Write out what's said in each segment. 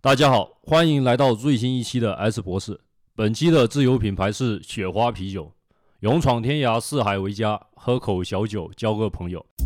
大家好，欢迎来到最新一期的 S 博士。本期的自有品牌是雪花啤酒，勇闯天涯，四海为家，喝口小酒，交个朋友。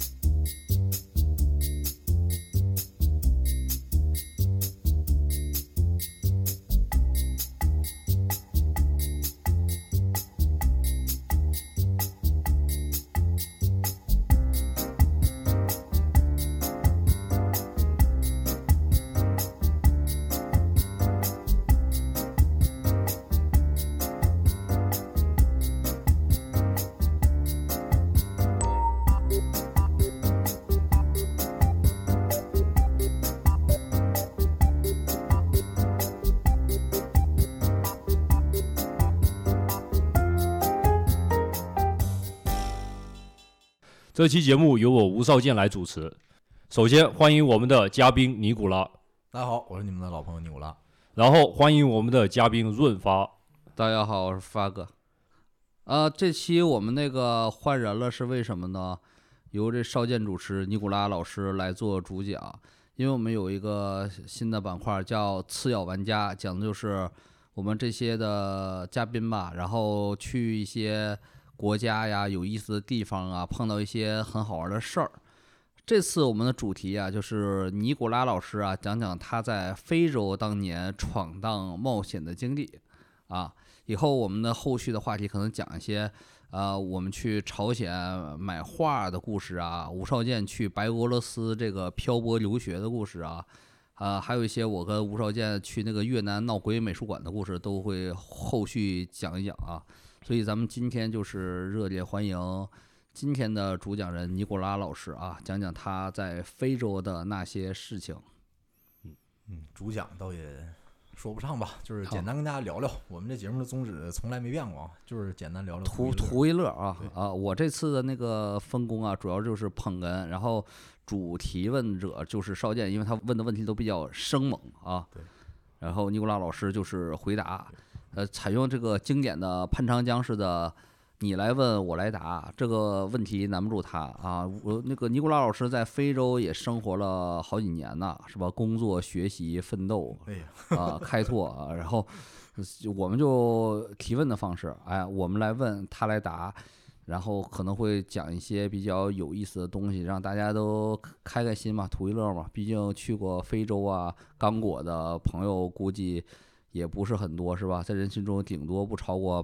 这期节目由我吴少健来主持。首先欢迎我们的嘉宾尼古拉， 大家好，我是你们的老朋友尼古拉。 然后欢迎我们的嘉宾润发。 大家好，我是发哥。这期我们那个换人了，是为什么呢？由这少健主持，尼古拉老师来做主讲。因为我们有一个新的板块叫次要玩家，讲的就是我们这些的嘉宾吧，然后去一些国家呀、有意思的地方啊，碰到一些很好玩的事儿。这次我们的主题啊，就是尼古拉老师啊，讲讲他在非洲当年闯荡冒险的经历啊。以后我们的后续的话题可能讲一些，我们去朝鲜买画的故事啊，吴少健去白俄罗斯这个漂泊留学的故事啊，还有一些我跟吴少健去那个越南闹鬼美术馆的故事，都会后续讲一讲啊。所以咱们今天就是热烈欢迎今天的主讲人尼古拉老师啊，讲讲他在非洲的那些事情。 主讲倒也说不上吧，就是简单跟大家聊聊。我们这节目的宗旨从来没变过，就是简单聊聊图一乐啊啊！我这次的那个分工啊，主要就是捧哏，然后主提问者就是少健，因为他问的问题都比较生猛啊。 对。然后尼古拉老师就是回答。采用这个经典的潘长江式的你来问我来答，这个问题难不住他啊。我那个尼古拉老师在非洲也生活了好几年呢，是吧？工作、学习、奋斗，开拓啊。然后我们就提问的方式，我们来问他来答，然后可能会讲一些比较有意思的东西，让大家都开开心嘛，图一乐嘛。毕竟去过非洲啊、刚果的朋友估计也不是很多，是吧？在人群中顶多不超过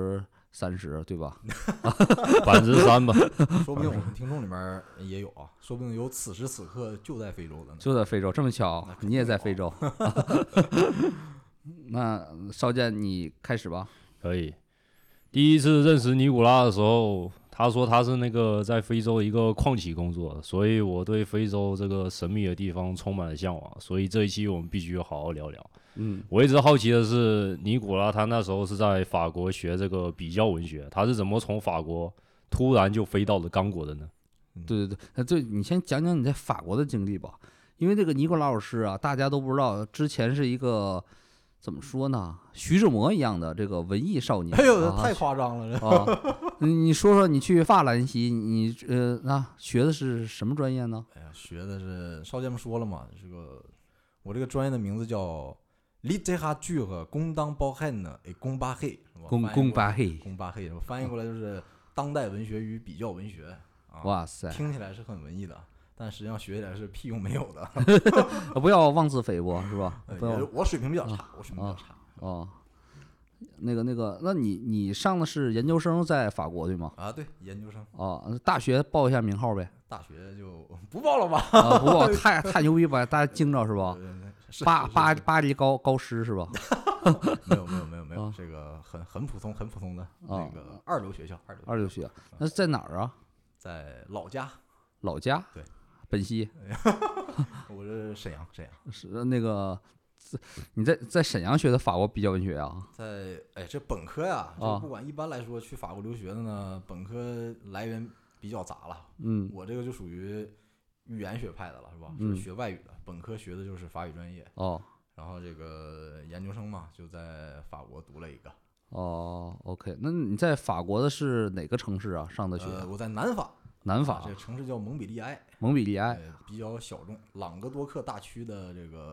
30%，对吧 3%吧。 说不定我们听众里面也有啊，说不定有此时此刻就在非洲的呢。 就在非洲，这么巧，你也在非洲。那少健，你开始吧。 可以。第一次认识尼古拉的时候，他说他是那个在非洲一个矿企工作的，所以我对非洲这个神秘的地方充满了向往，所以这一期我们必须好好聊聊。我一直好奇的是，尼古拉他那时候是在法国学这个比较文学，他是怎么从法国突然就飞到了刚果的呢？ 对，你先讲讲你在法国的经历吧，因为这个尼古拉老师啊，大家都不知道，之前是一个怎么说呢，徐志摩一样的这个文艺少年。 哎呦，太夸张了这！ 你说说，你去法兰西，你学的是什么专业呢？ 哎呀，学的是少健们说了嘛，我这个专业的名字叫littérature contemporaine et comparée， 公巴黑， 翻译过来就是当代文学与比较文学啊。 哇塞， 听起来是很文艺的，但实际上学起来是屁用没有的。 不要妄自菲薄，是吧？ 我水平比较差， 哦，那你上的是研究生，在法国对吗？ 啊，对，研究生。 哦，大学报一下名号呗。 大学就不报了吧？ 不报，太牛逼，把大家惊着是吧？巴黎高师是吧？ 没有，这个很普通的那个二流学校。 那在哪儿啊？ 在老家。对， 本溪。 我是沈阳。 是那个，你在沈阳学的法国比较文学啊？ 这本科呀，就不管一般来说去法国留学的呢，本科来源比较杂了。我这个就属于语言学派的了，是吧？是学外语的，本科学的就是法语专业。然后这个研究生嘛，就在法国读了一个。 OK， 那你在法国的是哪个城市啊？上的学？ 我在南法。这个城市叫蒙彼利埃， 蒙彼利埃比较小众，朗格多克大区的这个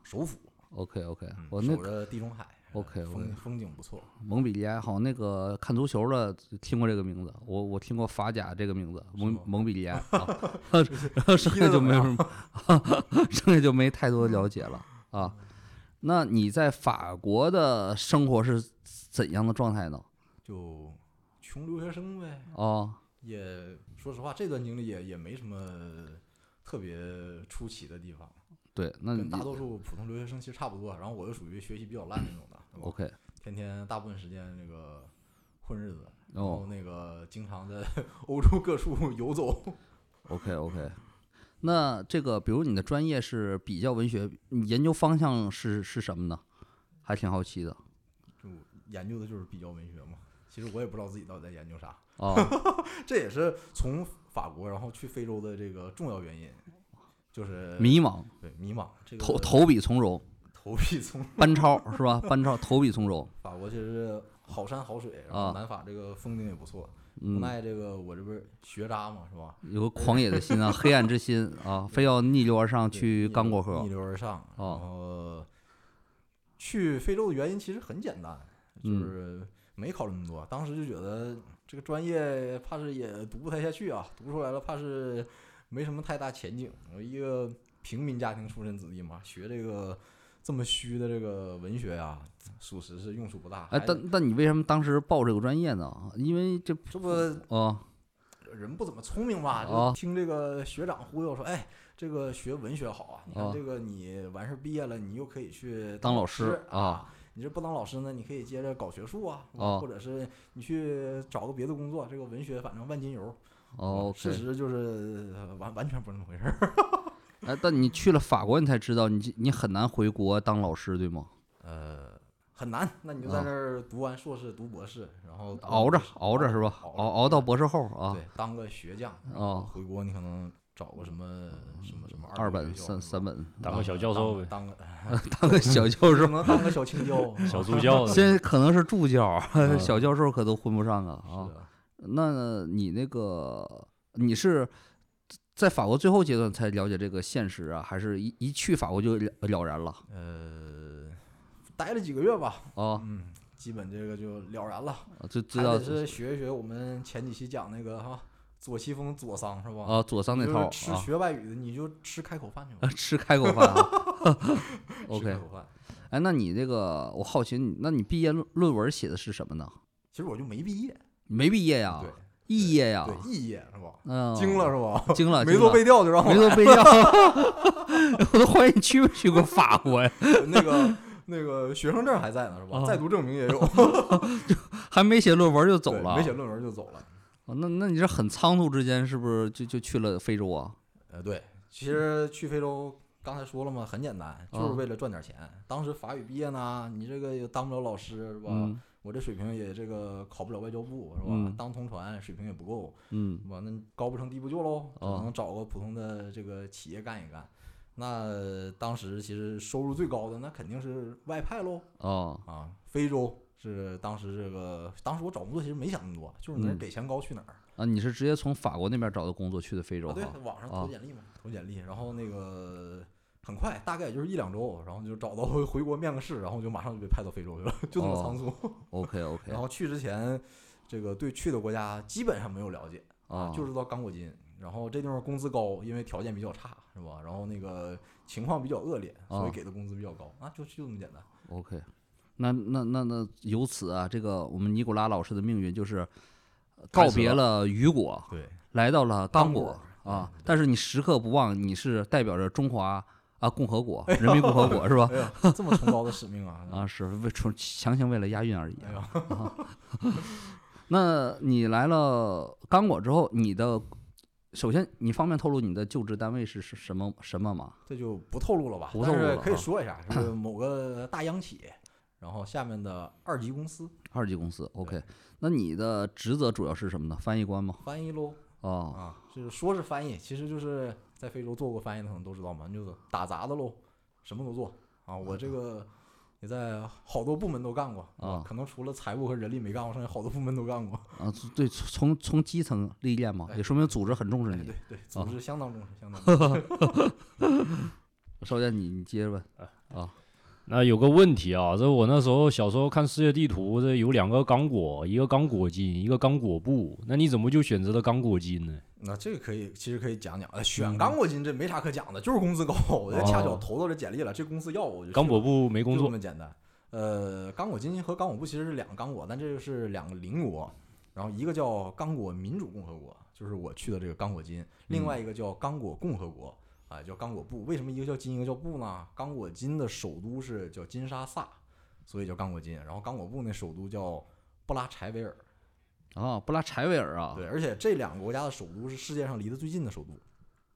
首府。 OK， 守着地中海。 OK， 风景不错。 蒙彼利埃好像那个看足球的听过这个名字，我听过法甲这个名字，蒙彼利埃啊，剩下就没什么，剩下就没太多了解了啊。那你在法国的生活是怎样的状态呢？ 就穷留学生呗。也说实话，这段经历也没什么特别出奇的地方。 对，那跟大多数普通留学生其实差不多。然后我又属于学习比较烂那种的。 OK， 天天大部分时间那个混日子，然后那个经常在欧洲各处游走。 OK， 那这个比如你的专业是比较文学，你研究方向是什么呢？还挺好奇的。 就研究的就是比较文学嘛。其实我也不知道自己到底在研究啥。这也是从法国然后去非洲的这个重要原因。就是迷茫， 对迷茫，这个投笔从戎，班超是吧？班超投笔从戎。 法国其实好山好水，然后南法这个风景也不错。无奈这个我这不是学渣嘛，是吧？ 有个狂野的心啊，黑暗之心啊，非要逆流而上去刚果河。 逆流而上，然后去非洲的原因其实很简单，就是没考虑那么多。当时就觉得这个专业怕是也读不太下去啊，读出来了怕是没什么太大前景。我一个平民家庭出身子弟嘛，学这个这么虚的这个文学呀，属实是用处不大。 但你为什么当时报这个专业呢？因为这不人不怎么聪明嘛，就听这个学长忽悠说，哎，这个学文学好啊，你看这个你完事毕业了，你又可以去当老师啊。你这不当老师呢，你可以接着搞学术啊，或者是你去找个别的工作，这个文学反正万金油。事实就是完全不是那么回事儿。 但你去了法国，你才知道你很难回国当老师，对吗？ 很难。那你就在那儿读完硕士、读博士，然后熬着是吧？熬到博士后啊。 对，当个学匠回国你可能找个什么 2本、3本， 当个小教授呗， 当个小教授， 能当个小青椒、 小助教。 现在可能是助教，小教授可都混不上啊。那你你是在法国最后阶段才了解这个现实啊，还是一去法国就了然了？ 待了几个月吧。基本这个就了然了， 就知道是学一学我们前几期讲那个左西风左桑是吧？ 左桑那套。 吃学外语的你就吃开口饭去吧。 吃开口饭。OK。 开口饭。 哎，那你这个我好奇，那你毕业论文写的是什么呢？ 其实我就没毕业。 没毕业呀？ 对， 肄业呀？ 对，肄业是吧？惊了是吧？ 惊了， 没做背调就让我没做背调，我都怀疑你去没去过法国呀？ 那个学生证还在呢是吧？在读证明也有， 就还没写论文就走了， 没写论文就走了。 那你这很仓促之间是不是就去了非洲啊？ 对，其实去非洲刚才说了嘛，很简单，就是为了赚点钱。当时法语毕业呢，你这个也当不了老师是吧？我这水平也这个考不了外交部是吧？当通传水平也不够，是吧？那高不成低不就喽，只能找个普通的这个企业干一干。那当时其实收入最高的那肯定是外派喽。非洲是当时当时我找工作其实没想那么多，就是哪儿给钱高去哪儿啊。你是直接从法国那边找的工作去的非洲？ 对，网上投简历嘛，投简历，然后那个很快，大概也就是1-2周，然后就找到回国面个试，然后就马上就被派到非洲去了，就这么仓促。 OK。 然后去之前，这个对去的国家基本上没有了解就知道刚果金。然后这地方工资高，因为条件比较差，是吧？然后那个情况比较恶劣，所以给的工资比较高就这么简单。 OK， 那由此啊，这个我们尼古拉老师的命运就是告别了雨果， 对， 来到了刚果啊。但是你时刻不忘，你是代表着中华共和国、人民共和国是吧？ 这么崇高的使命啊！ 是强行为了押韵而已。那你来了刚果之后，首先，你方便透露你的就职单位是什么吗？ 这就不透露了吧，但是可以说一下，是某个大央企，然后下面的2级公司。 2级公司 ，OK。那你的职责主要是什么呢？翻译官吗？ 翻译喽。就是说是翻译，其实就是在非洲做过翻译的可能都知道嘛，就是打杂的喽，什么都做我这个也在好多部门都干过可能除了财务和人力没干过，剩下好多部门都干过对，从基层历练嘛，也说明组织很重视你。 对，组织相当重视，相当重视。 少剑，你接着问啊。 那有个问题啊，这我那时候小时候看世界地图，这有2个刚果，一个刚果金，一个刚果布，那你怎么就选择了刚果金呢？ 那这个其实可以讲讲，选刚果金这没啥可讲的，就是工资高，我这恰巧投到这简历了，这公司要我就刚果布没工作， 就这么简单。刚果金和刚果布其实是2个刚果，但这个是2个邻国，然后一个叫刚果民主共和国，就是我去的这个刚果金，另外一个叫刚果共和国。叫刚果布，为什么一个叫金一个叫布呢？刚果金的首都是叫金沙萨，所以叫刚果金。然后刚果布那首都叫布拉柴维尔。 布拉柴维尔啊。 对，而且这2个国家的首都是世界上离得最近的首都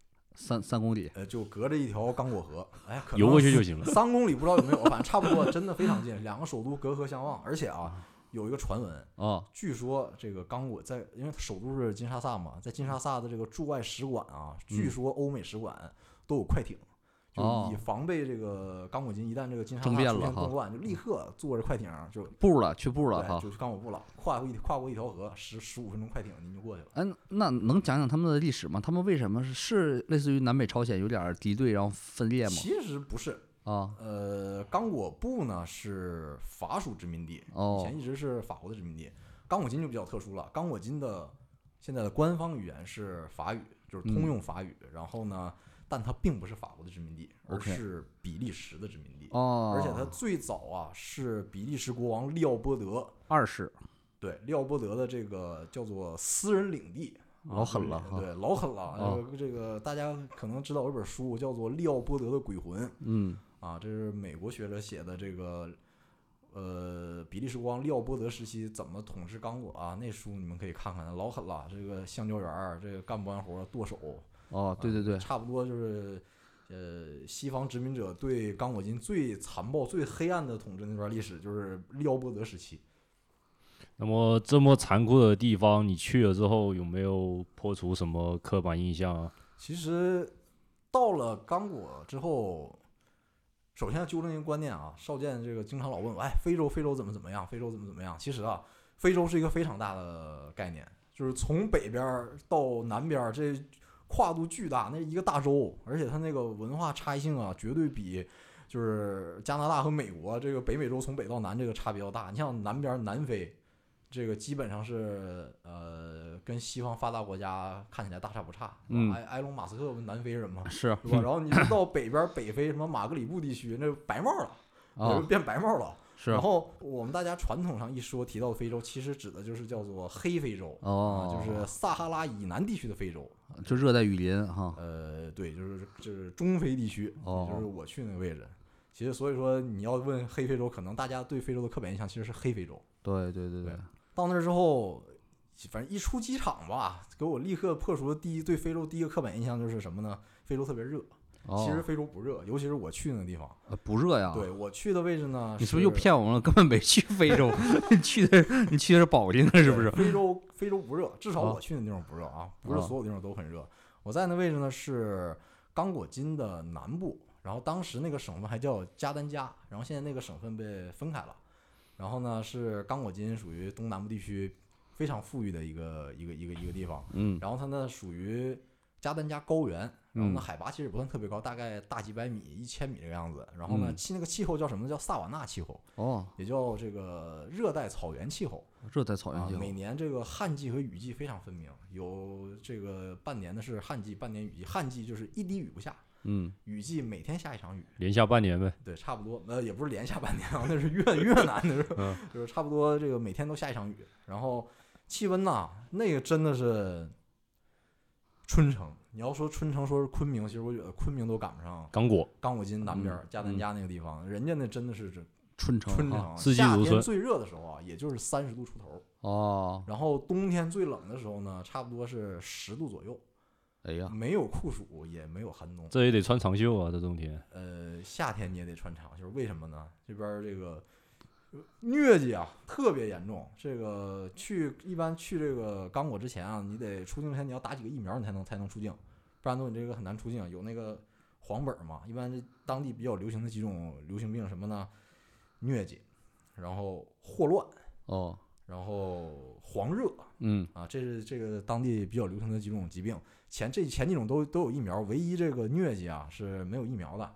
，3公里。 就隔着一条刚果河，可能游过去就行了。 3公里不知道有没有，反正差不多，真的非常近，2个首都隔河相望。而且有一个传闻据说这个刚果因为它首都是金沙萨嘛，在金沙萨的这个驻外使馆据说欧美使馆都有快艇，就以防备这个刚果金一旦这个金沙萨出现动乱，就立刻坐着快艇就去布了就去刚果布了，跨过一条河，15分钟快艇您就过去了。 那能讲讲他们的历史吗？他们为什么是类似于南北朝鲜有点敌对然后分裂吗？ 其实不是刚果布呢是法属殖民地，以前一直是法国的殖民地。刚果金就比较特殊了，刚果金的现在的官方语言是法语，就是通用法语。然后呢，但它并不是法国的殖民地，而是比利时的殖民地。而且它最早是比利时国王利奥波德 2世， 对，利奥波德的这个叫做私人领地。 老狠了， 对，老狠了。这个大家可能知道有本书叫做《利奥波德的鬼魂》。这是美国学者写的这个比利时国王利奥波德时期怎么统治刚果那书你们可以看看，老狠了。这个橡胶园这个干不完活剁手。 对， 差不多就是西方殖民者对刚果金最残暴最黑暗的统治那段历史，就是利奥波德时期。 那么这么残酷的地方，你去了之后有没有破除什么刻板印象啊？ 其实到了刚果之后，首先要纠正一个观念少剑这个经常老问我，非洲怎么样？非洲怎么样？其实非洲是一个非常大的概念，就是从北边到南边，这跨度巨大，那一个大洲，而且它那个文化差异性绝对比就是加拿大和美国这个北美洲从北到南这个差别要大。你像南边南非。这个基本上是跟西方发达国家看起来大差不差。埃隆·马斯克不南非人吗？ 是吧？然后你就到北边北非什么马格里布地区，那白帽了，变白帽了。然后我们大家传统上一说提到非洲，其实指的就是叫做黑非洲就是撒哈拉以南地区的非洲， 就热带雨林对，就是中非地区，就是我去那个位置。其实所以说你要问黑非洲，可能大家对非洲的刻板印象其实是黑非洲。 对。 到那之后，反正一出机场吧，给我立刻破除的对非洲第一个刻板印象就是什么呢？非洲特别热。其实非洲不热，尤其是我去那个地方不热呀。 对，我去的位置呢， 你是不是又骗我们了？根本没去非洲，你去的是保定是不是？ 非洲不热，至少我去的地方不热不是所有地方都很热。我在那位置呢是刚果金的南部，然后当时那个省份还叫加丹加，然后现在那个省份被分开了。然后呢，是刚果金属于东南部地区非常富裕的一个地方。然后它呢属于加丹加高原，然后呢海拔其实也不算特别高，大概大几百米、1000米这个样子。然后呢，那个气候叫什么？叫萨瓦纳气候。也叫这个热带草原气候。 热带草原气候。 每年这个旱季和雨季非常分明，有这个半年的是旱季，半年雨季。旱季就是一滴雨不下。雨季每天下一场雨， 连下半年呗。 对，差不多。也不是连下半年那是越南的就是差不多这个每天都下一场雨。然后气温那个真的是春城。你要说春城，说是昆明，其实我觉得昆明都赶不上刚果金南边加丹加那个地方，人家那真的是春城。 四季如春。 夏天最热的时候也就是30度出头。然后冬天最冷的时候呢，差不多是10度左右。 哎呀， 没有酷暑，也没有寒冬， 这也得穿长袖啊！这冬天， 夏天你也得穿长袖，为什么呢？这边这个疟疾特别严重。这个一般去这个刚果之前你得出境前你要打几个疫苗，你才能出境，不然的话你这个很难出境。有那个黄本嘛，一般当地比较流行的几种流行病什么呢？疟疾，然后霍乱，然后黄热，这是这个当地比较流行的几种疾病。前几种都有疫苗，唯一这个疟疾是没有疫苗的。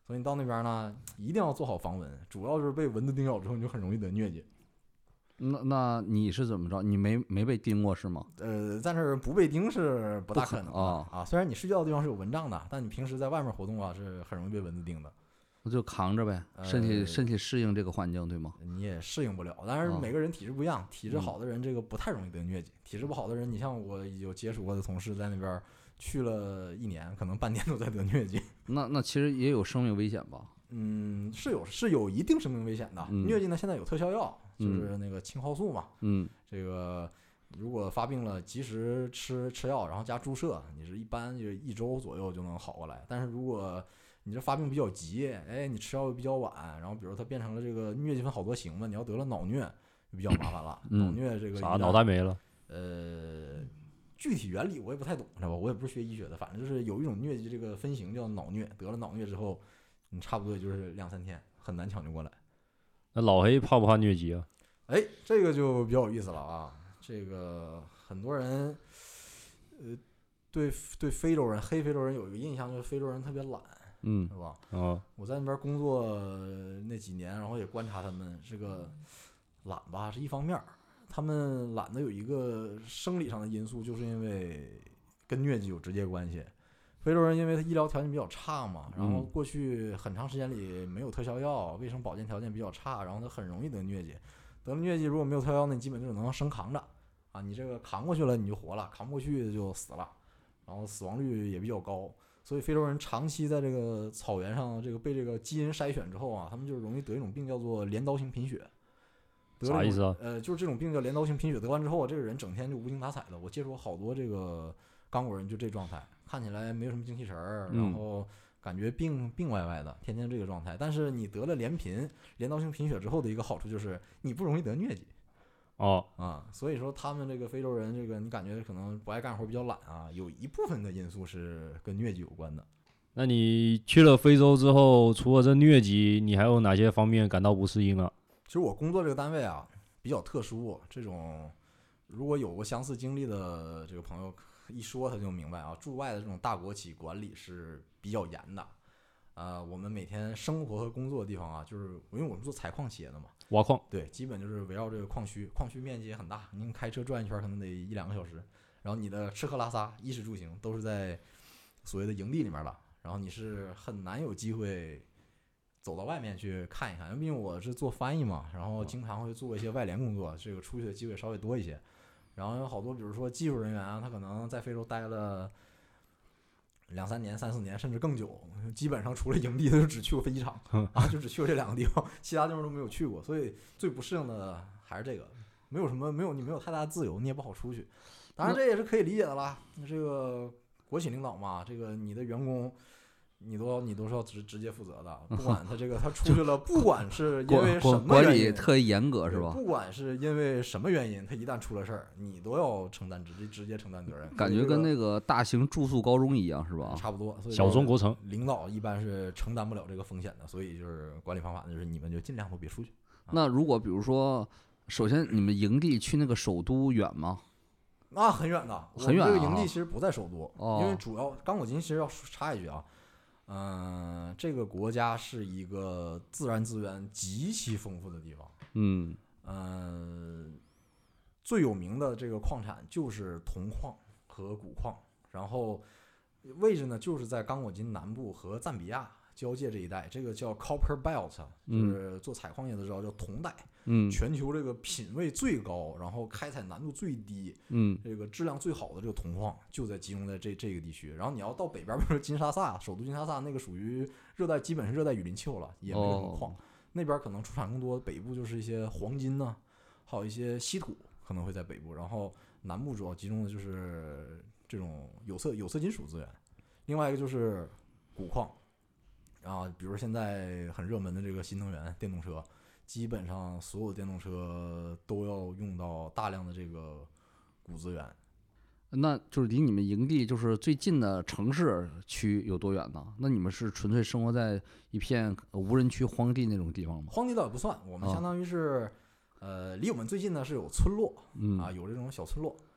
所以你到那边呢，一定要做好防蚊，主要是被蚊子叮咬之后，你就很容易得疟疾。 那你是怎么着？你没被叮过是吗？ 在那儿不被叮是不大可能啊。 虽然你睡觉的地方是有蚊帐的，但你平时在外面活动啊，是很容易被蚊子叮的。 那就扛着呗，身体适应这个环境，对吗？ 你也适应不了，但是每个人体质不一样，体质好的人这个不太容易得疟疾，体质不好的人，你像我有接触过的同事在那边去了1年，可能半年都在得疟疾。 那其实也有生命危险吧？ 是有一定生命危险的。疟疾呢，现在有特效药，就是那个青蒿素嘛。这个如果发病了，及时吃药，然后加注射，你是一般就1周左右就能好过来。但是如果你这发病比较急，你吃药又比较晚，然后比如它变成了这个疟疾分好多型嘛，你要得了脑疟就比较麻烦了。脑疟这个啥脑袋没了？ 具体原理我也不太懂，是吧？我也不是学医学的，反正就是有一种疟疾这个分型叫脑疟，得了脑疟之后，你差不多也就是2-3天，很难抢救过来。 那老黑怕不怕疟疾啊？ 这个就比较有意思了啊。这个很多人，对非洲人、黑非洲人有一个印象，就是非洲人特别懒，是吧？我在那边工作那几年，然后也观察他们这个懒吧，是一方面，他们懒的有一个生理上的因素，就是因为跟疟疾有直接关系。非洲人因为他医疗条件比较差嘛，然后过去很长时间里没有特效药，卫生保健条件比较差，然后他很容易得疟疾。得了疟疾如果没有特效药，那你基本就只能生扛着啊，你这个扛过去了你就活了，扛不过去就死了，然后死亡率也比较高。所以非洲人长期在这个草原上，这个被这个基因筛选之后啊，他们就容易得一种病叫做镰刀型贫血。 啥意思啊？ 就是这种病叫镰刀型贫血，得完之后，这个人整天就无精打采的。我接触过好多这个刚果人就这状态，看起来没有什么精气神儿，然后感觉病歪歪的，天天这个状态。但是你得了镰刀型贫血之后的一个好处就是你不容易得疟疾。所以说他们这个非洲人，这个你感觉可能不爱干活，比较懒啊，有一部分的因素是跟疟疾有关的。 那你去了非洲之后，除了这疟疾，你还有哪些方面感到不适应了？ 其实我工作这个单位啊比较特殊，这种如果有过相似经历的这个朋友一说他就明白啊，驻外的这种大国企管理是比较严的。我们每天生活和工作的地方啊，就是因为我们做采矿企业的嘛， 挖矿， 对，基本就是围绕这个矿区面积也很大，您开车转一圈可能得1-2个小时，然后你的吃喝拉撒衣食住行都是在所谓的营地里面了，然后你是很难有机会走到外面去看一看，因为毕竟我是做翻译嘛，然后经常会做一些外联工作，这个出去的机会稍微多一些。然后有好多比如说技术人员啊，他可能在非洲待了2-3年、3-4年，甚至更久，基本上除了营地他就只去过飞机场就只去过这2个地方，其他地方都没有去过。所以最不适应的还是这个，你没有太大的自由，你也不好出去。当然这也是可以理解的啦，这个国企领导嘛，这个你的员工你都是要直接负责的，不管他这个他出去了，不管是因为什么管理特严格是吧？ 不管是因为什么原因，他一旦出了事儿，你都要直接承担责任。 感觉跟那个大型住宿高中一样是吧？ 差不多。 小中国城领导一般是承担不了这个风险的，所以就是管理方法就是你们就尽量都别出去。 那如果比如说，首先你们营地去那个首都远吗？ 那很远的， 很远。 这个营地其实不在首都，因为主要刚果金其实要插一句啊。这个国家是一个自然资源极其丰富的地方。最有名的这个矿产就是铜矿和钴矿，然后位置呢就是在刚果金南部和赞比亚交界这一带，这个叫 Copper Belt， 就是做采矿业的知道叫铜带。全球这个品位最高，然后开采难度最低，这个质量最好的这个铜矿就在集中在这个地区。然后你要到北边，比如说金沙萨，首都金沙萨那个属于基本是热带雨林气候了，也没什么矿。那边可能出产更多，北部就是一些黄金呢，还有一些稀土可能会在北部，然后南部主要集中的就是这种有色金属资源。另外一个就是钴矿比如现在很热门的这个新能源电动车。基本上所有电动车都要用到大量的这个钴资源。 那就是离你们营地就是最近的城市区有多远呢？那你们是纯粹生活在一片无人区荒地那种地方吗？ 荒地倒也不算，我们相当于是离我们最近的是有村落有这种小村落。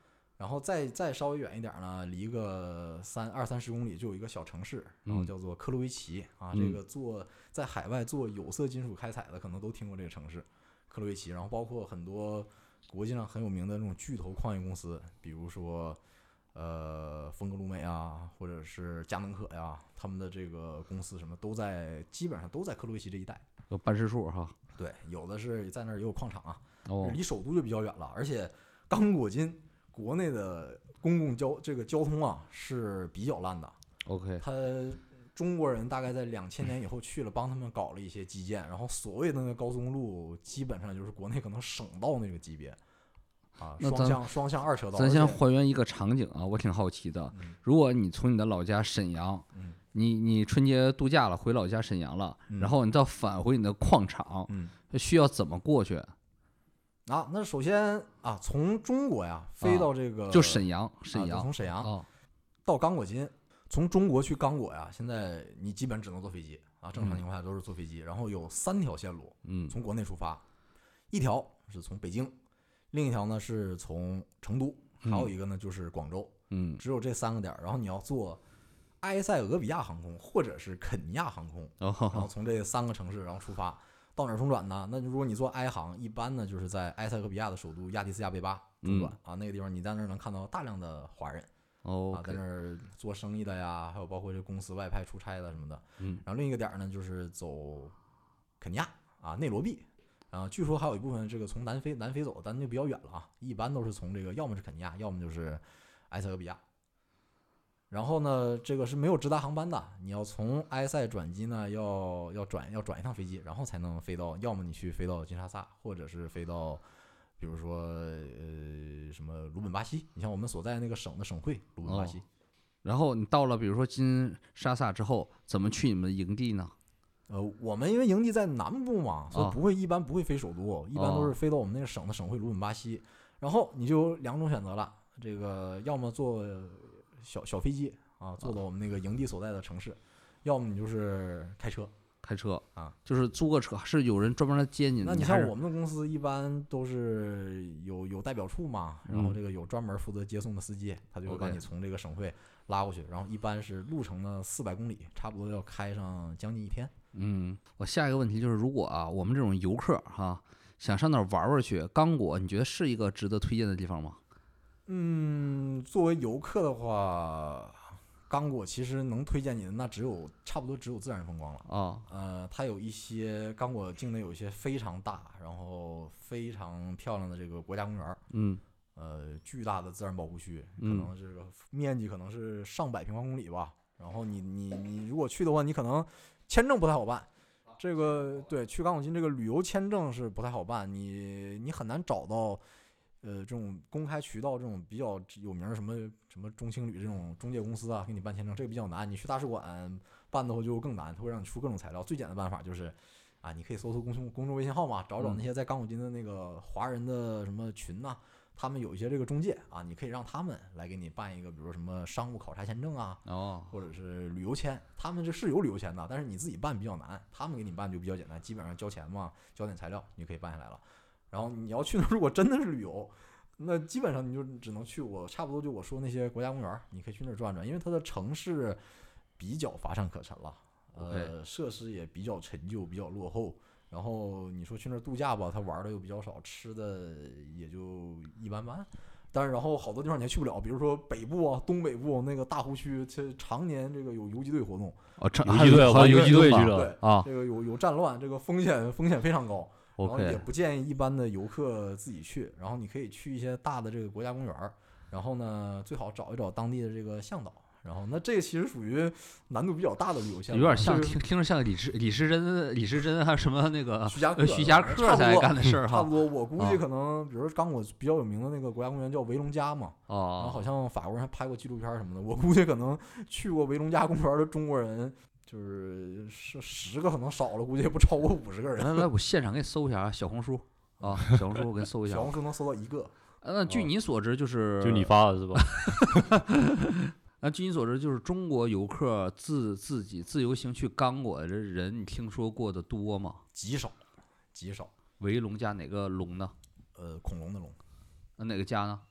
然后再稍微远一点呢，离个20-30公里就有一个小城市，然后叫做克洛维奇啊。这个在海外做有色金属开采的，可能都听过这个城市克洛维奇。然后包括很多国际上很有名的那种巨头矿业公司，比如说丰格鲁美啊，或者是佳能可呀，他们的这个公司什么基本上都在克洛维奇这一带， 有办事处哈。 对，有的是在那儿也有矿场啊， 离首都就比较远了，而且刚果金国内的公共交通啊是比较烂的。 OK， 中国人大概在2000年以后去了，帮他们搞了一些基建，然后所谓的那个高速公路基本上就是国内可能省道那个级别啊，双向2车道。 咱先还原一个场景啊，我挺好奇的。如果你从你的老家沈阳，你春节度假了，回老家沈阳了，然后你再返回你的矿场，需要怎么过去？ 啊，那首先啊，从中国呀飞到这个就沈阳， 从沈阳到刚果金，从中国去刚果呀，现在你基本只能坐飞机啊，正常情况下都是坐飞机。然后有3条线路，从国内出发，一条是从北京，另一条呢是从成都，还有一个呢就是广州，只有这3个点。然后你要坐埃塞俄比亚航空或者是肯尼亚航空，然后从这3个城市然后出发。到哪儿中转呢？那如果你坐埃航，一般呢就是在埃塞俄比亚的首都亚的斯亚贝巴中转啊，那个地方你在那儿能看到大量的华人啊，在那儿做生意的呀，还有包括这公司外派出差的什么的。然后另一个点呢就是走肯尼亚啊，内罗毕。然后据说还有一部分这个从南非走，但就比较远了啊，一般都是从这个要么是肯尼亚，要么就是埃塞俄比亚。然后呢，这个是没有直达航班的，你要从埃塞转机呢，要转一趟飞机，然后才能飞到，要么你去飞到金沙萨，或者是飞到，比如说什么鲁本巴西，你像我们所在那个省的省会鲁本巴西。 然后你到了比如说金沙萨之后，怎么去你们的营地呢？ 我们因为营地在南部嘛，所以一般不会飞首都，一般都是飞到我们那个省的省会鲁本巴西。然后你就有2种选择了，这个要么坐小飞机啊，坐到我们那个营地所在的城市，要么你就是开车啊， 就是租个车，是有人专门来接你。 那你像我们的公司一般都是有代表处嘛，然后这个有专门负责接送的司机，他就会把你从这个省会拉过去，然后一般是路程呢400公里，差不多要开上将近1天。 我下一个问题就是，如果啊我们这种游客哈想上那儿玩玩去，刚果你觉得是一个值得推荐的地方吗？ 作为游客的话，刚果其实能推荐你的那差不多只有自然风光了它有一些刚果境内有一些非常大，然后非常漂亮的这个国家公园，巨大的自然保护区，可能这个面积可能是上百平方公里吧。然后你如果去的话，你可能签证不太好办。这个对，去刚果金这个旅游签证是不太好办，你很难找到。这种公开渠道，这种比较有名的什么中青旅这种中介公司啊，给你办签证，这个比较难。你去大使馆办的话就更难，他会让你出各种材料。最简单的办法就是啊，你可以搜公众微信号嘛，找那些在刚果金的那个华人的什么群呐，他们有一些这个中介啊，你可以让他们来给你办一个，比如说什么商务考察签证啊，或者是旅游签。他们这是有旅游签的，但是你自己办比较难，他们给你办就比较简单，基本上交钱嘛，交点材料你就可以办下来了。然后你要去那，如果真的是旅游，那基本上你就只能去差不多就我说那些国家公园，你可以去那儿转转，因为它的城市比较乏善可陈了，设施也比较陈旧，比较落后。然后你说去那儿度假吧，他玩的又比较少，吃的也就一般般。但是然后好多地方你还去不了，比如说北部啊、东北部那个大湖区，这常年这个有游击队活动， 游击队去了啊，这个有战乱，这个风险非常高。然后也不建议一般的游客自己去，然后你可以去一些大的这个国家公园，然后呢最好找一找当地的这个向导，然后那这个其实属于难度比较大的旅游项目， 有点像听着像李时珍还有什么那个徐霞客才干的事儿哈， 差不多。我估计可能比如说刚果比较有名的那个国家公园叫维隆加嘛，然后好像法国人还拍过纪录片什么的，我估计可能去过维隆加公园的中国人。就是10个可能少了，估计也不超过50个人。 来，我现场给你搜一下小红书啊，小红书我给你搜一下。 小红书能搜到1个。 那据你所知，就你发的是吧？ 那据你所知，就是中国游客自己自由行去刚果的人，你听说过的多吗？ 极少。 维隆加哪个龙呢？ 恐龙的龙。 哪个加呢？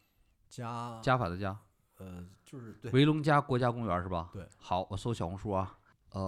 加法的加， 就是对， 维龙嘉国家公园是吧？ 对。 好，我搜小红书啊，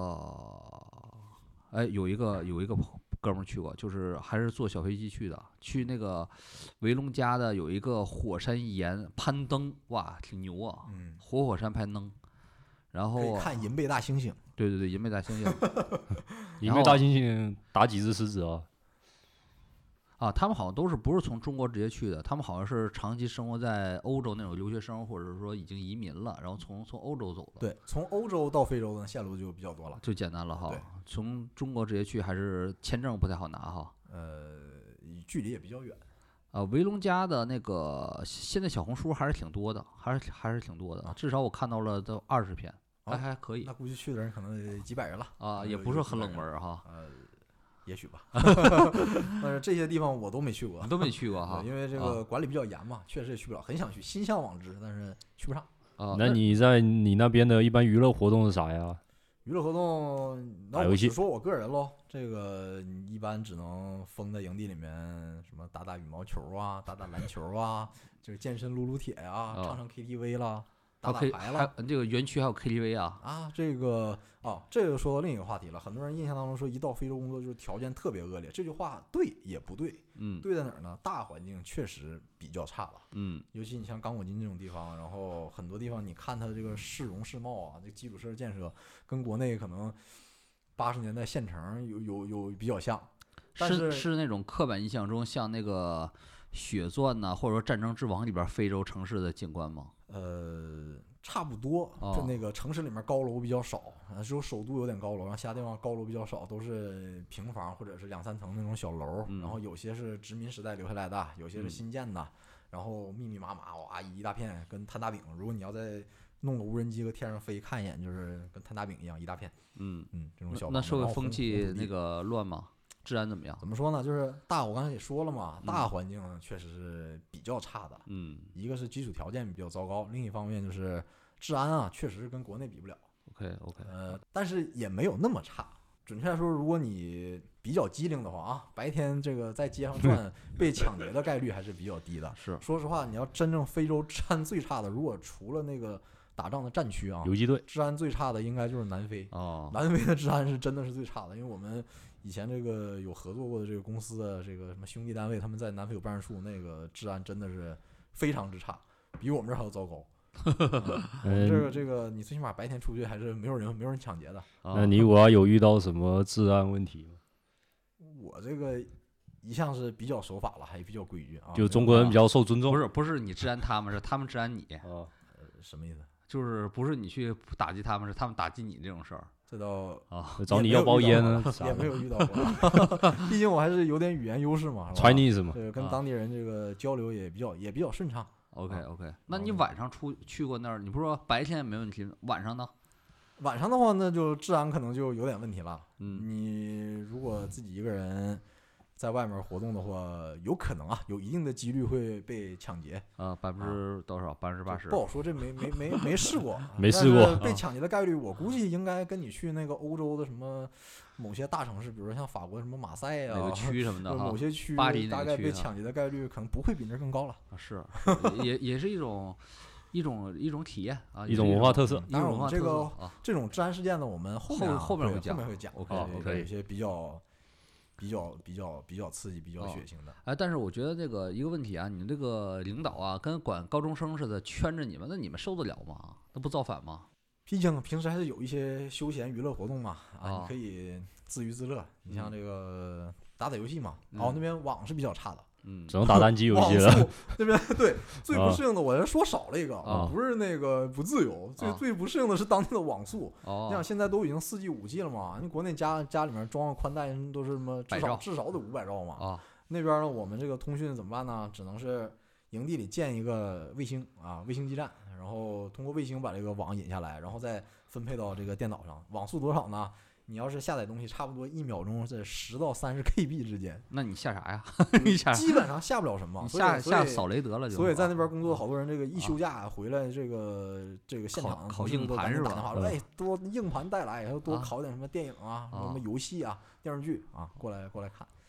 有一个哥们儿去过，就是还是坐小飞机去的，去那个维龙嘉的有一个火山岩攀登，哇，挺牛啊！火山攀登，然后可以看银背大猩猩。 对，银背大猩猩。 银背大猩猩打几只狮子啊？ 他们好像不是从中国直接去的，他们好像是长期生活在欧洲那种留学生，或者是说已经移民了，然后从欧洲走的。 对，从欧洲到非洲的线路就比较多了， 就简单了哈。 对， 从中国直接去还是签证不太好拿哈。 距离也比较远。 维龙嘉的那个现在小红书还是挺多的，还是挺多的，至少我看到了都20篇，还可以。 那估计去的人可能几百人了也不是很冷门哈。 也许吧，但是这些地方我都没去过， 都没去过哈， 因为这个管理比较严嘛，确实也去不了，很想去，心向往之，但是去不上。 那你在你那边的一般娱乐活动是啥呀？ 娱乐活动，那我只说我个人喽，这个你一般只能封在营地里面，什么打打羽毛球啊，打打篮球啊，就是健身撸撸铁呀，唱唱 KTV 啦。打打牌了， 这个园区还有 KTV 啊？ 这个说到另一个话题了。很多人印象当中说，一到非洲工作就是条件特别恶劣，这句话对也不对。对在哪儿呢？大环境确实比较差了。尤其你像刚果金这种地方，然后很多地方你看它这个市容市貌啊，这基础设施建设跟国内可能80年代县城有比较像。 是那种刻板印象中像那个血钻呐，或者说战争之王里边非洲城市的景观吗？ 差不多，就那个城市里面高楼比较少，只有首都有点高楼，然后其他地方高楼比较少，都是平房或者是2、3层那种小楼，然后有些是殖民时代留下来的，有些是新建的，然后密密麻麻，哇，一大片跟摊大饼。如果你要再弄个无人机搁天上飞看一眼，就是跟摊大饼一样一大片。这种小房子。 那社会风气那个乱吗？治安怎么样？ 怎么说呢？就是我刚才也说了嘛，大环境确实是比较差的。一个是基础条件比较糟糕，另一方面就是治安啊，确实是跟国内比不了。 OK， 但是也没有那么差。准确来说，如果你比较机灵的话白天这个在街上转被抢劫的概率还是比较低的。 是， 说实话，你要真正非洲治安最差的，如果除了那个打仗的战区啊， 游击队， 治安最差的应该就是南非。南非的治安是真的是最差的，因为我们以前这个有合作过的这个公司的这个什么兄弟单位，他们在南非有办事处，那个治安真的是非常之差，比我们这儿还要糟糕。这个你最起码白天出去还是没有人抢劫的。 那尼古拉有遇到什么治安问题吗？ 我这个一向是比较守法了，还比较规矩啊。 就中国人比较受尊重。 不是你治安他们，是他们治安你。 什么意思？ 就是不是你去打击他们，是他们打击你这种事儿。 这倒找你要包烟呢， 也没有遇到过。毕竟我还是有点语言优势嘛 ，Chinese 嘛， 对，跟当地人这个交流也比较顺畅。 OK， 那你晚上去过那儿？你不是说白天没问题，晚上呢？ 晚上的话，那就治安可能就有点问题了。你如果自己一个人在外面活动的话，有可能有一定的几率会被抢劫。 %多少？80%？ 不好说，这没试过， 没试过。 被抢劫的概率，我估计应该跟你去那个欧洲的什么某些大城市，比如说像法国什么马赛啊， 哪个区什么的， 某些区巴黎大概被抢劫的概率可能不会比那更高了。 是，也是一种体验啊， 一种文化特色。 当然，我们这种治安事件呢，我们后面会讲。 OK， 有些比较刺激、比较血腥的。 但是我觉得这个一个问题啊，你们这个领导啊，跟管高中生似的圈着你们，那你们受得了吗？那不造反吗？ 毕竟平时还是有一些休闲娱乐活动嘛，你可以自娱自乐。你像这个打游戏嘛，那边网是比较差的。 只能打单机游戏了。 这边对最不适应的，我还说少了一个不是那个不自由，最不适应的是当地的网速。你想现在都已经4G、5G 了嘛，你国内家里面装个宽带都是什么至少得500兆嘛。那边呢，我们这个通讯怎么办呢？只能是营地里建一个卫星卫星基站，然后通过卫星把这个网引下来，然后再分配到这个电脑上。网速多少呢？你要是下载东西，差不多1秒钟在10到30 KB 之间。 那你下啥呀？ 基本上下不了什么。 下扫雷得了就。 所以在那边工作好多人，这个一休假回来，这个现场考硬盘是吧？ 打电话说，多硬盘带来，还要多考点什么电影什么游戏电视剧过来看。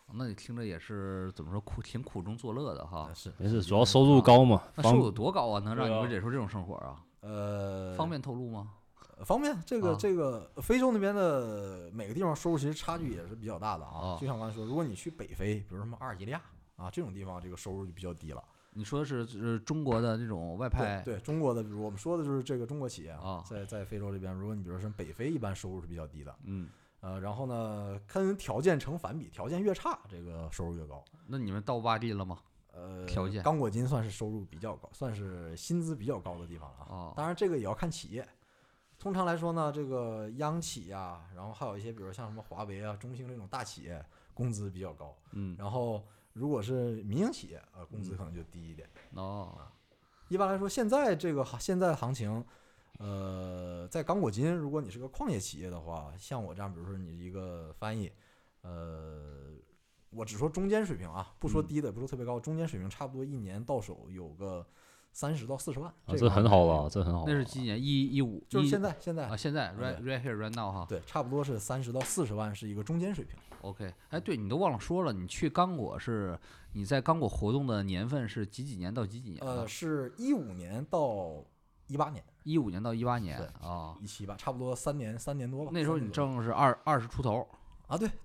那你听着也是怎么说挺苦中作乐的哈。 是， 没事，主要收入高嘛。 那收入多高啊？能让你们忍受这种生活啊？方便透露吗？ 方便，这个非洲那边的每个地方收入其实差距也是比较大的啊。就像刚才说，如果你去北非，比如什么阿尔及利亚啊这种地方，这个收入就比较低了。 你说的是中国的这种外派？ 对中国的，比如我们说的就是这个中国企业啊，在非洲这边，如果你比如说北非，一般收入是比较低的。然后呢，跟条件成反比，条件越差，这个收入越高。 那你们到洼地了吗？条件刚果金算是收入比较高，算是薪资比较高的地方了啊。当然这个也要看企业。通常来说呢，这个央企呀，然后还有一些比如像什么华为啊、中兴这种大企业，工资比较高。然后如果是民营企业，工资可能就低一点。一般来说，现在的行情，在刚果金，如果你是个矿业企业的话，像我这样，比如说你一个翻译，我只说中间水平啊，不说低的，不说特别高，中间水平差不多一年到手有个30到40万， 这很好吧？这很好。 那是几年？15， 就是现在啊，现在 right here right now 哈。 对，差不多是30到40万是一个中间水平。 OK， 哎，对你都忘了说了，你去刚果是你在刚果活动的年份是几年到几年？ 是15年到18年。 15年到18年啊 ，17、18，差不多3年多吧。 那时候你正是20出头。 啊，对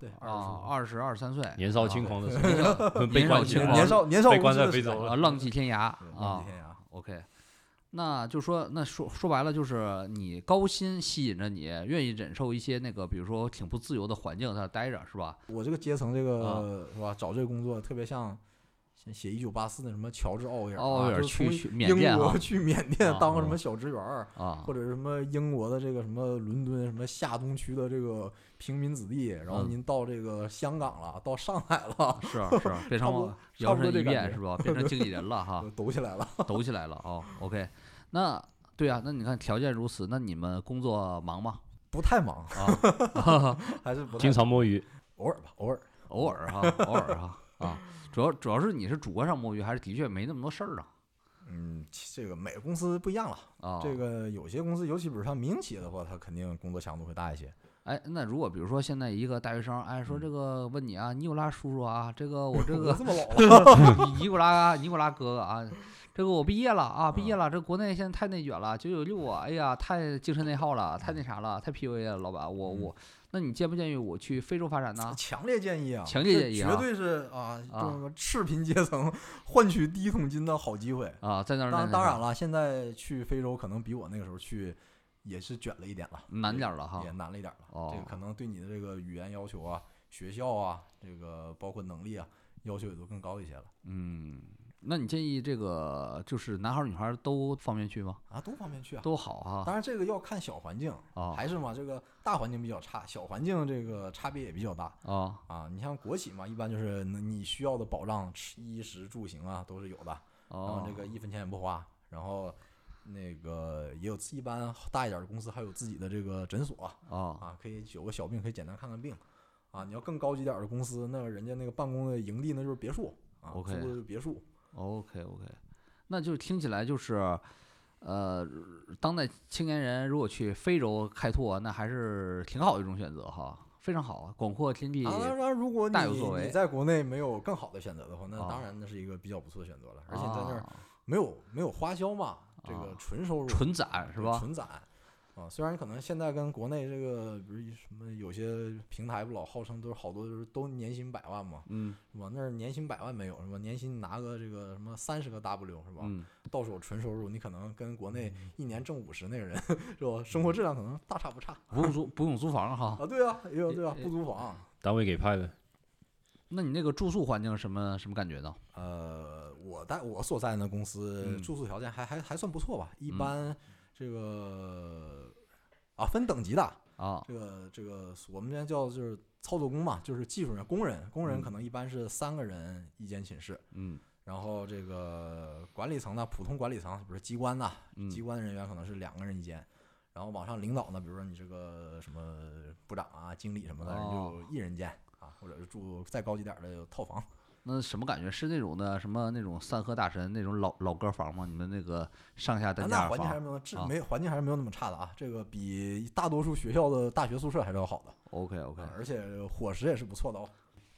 ，20、23岁， 年少轻狂的时候，被关年少被关在非洲， 浪迹天涯啊。 OK， 那就说说白了，就是你高薪吸引着你，愿意忍受一些那个，比如说挺不自由的环境，在待着，是吧？ 我这个阶层，这个是吧？找这个工作特别像写1984的什么乔治·奥威尔， 去英国去缅甸当什么小职员啊， 或者什么英国的这个什么伦敦什么下东区的这个平民子弟，然后您到这个香港了，到上海了， 是变成摇身一变是吧？变成经纪人了哈， 抖起来了哦。OK， 那对啊，那你看条件如此，那你们工作忙吗？ 不太忙啊，还是不太经常摸鱼， 偶尔吧， 偶尔哈啊。主要是你是主观上摸鱼，还是的确没那么多事儿啊？ 这个每个公司不一样了啊。这个有些公司，尤其比如像民营企业的话，它肯定工作强度会大一些。 哎，那如果比如说现在一个大学生，哎，说这个问你啊，尼古拉叔叔啊，这个我这个这么老了，尼古拉哥哥啊，这个我毕业了啊，这国内现在太内卷了，996啊，哎呀，太精神内耗了，太那啥了，太 PUA 了，老板，我。那你建不建议我去非洲发展呢？ 强烈建议啊！ 强烈建议绝对是赤贫阶层换取第一桶金的好机会啊！在那儿当然了，现在去非洲可能比我那个时候去也是卷了一点了， 难点了哈， 也难了一点了。这个可能对你的这个语言要求啊、学校啊、这个包括能力啊，要求也都更高一些了。 那你建议这个就是男孩女孩都方便去吗？ 都方便去啊， 都好啊。 当然这个要看小环境还是嘛，这个大环境比较差，小环境这个差别也比较大你像国企嘛，一般就是你需要的保障，衣食住行啊都是有的，然后这个1分钱也不花，然后那个也有一般大一点的公司还有自己的这个诊所可以有个小病可以简单看看病你要更高级点的公司，那人家那个办公的营地那就是别墅租的就是别墅。 OK， 那就听起来就是，当代青年人如果去非洲开拓，那还是挺好的一种选择哈，非常好，广阔天地， 当然，如果你在国内没有更好的选择的话，那当然那是一个比较不错的选择了，而且在那儿没有花销嘛，这个纯收入， 纯攒是吧？ 纯攒。虽然可能现在跟国内这个，比如什么有些平台不老号称好多都年薪100万嘛，是吧？那年薪100万没有是吧？年薪拿个这个什么30个 W 是吧？到手纯收入，你可能跟国内一年挣50那个人是吧？生活质量可能大差不差。 不用租房哈。 对啊，对啊，不租房， 单位给派的。 那你那个住宿环境什么感觉呢？ 我所在的公司住宿条件还算不错吧，一般。这个分等级的这个我们这边叫就是操作工嘛，就是技术人工人可能一般是3个人一间寝室，然后这个管理层呢，普通管理层，比如说机关呐，机关人员可能是2个人一间，然后往上领导呢，比如说你这个什么部长啊、经理什么的，人就1人间或者是住再高级点的有套房。 那什么感觉？是那种的什么那种三和大神那种老哥房吗？你们那个上下单间房？ 那环境还是没有那么差的这个比大多数学校的大学宿舍还是要好的。 OK， 而且伙食也是不错的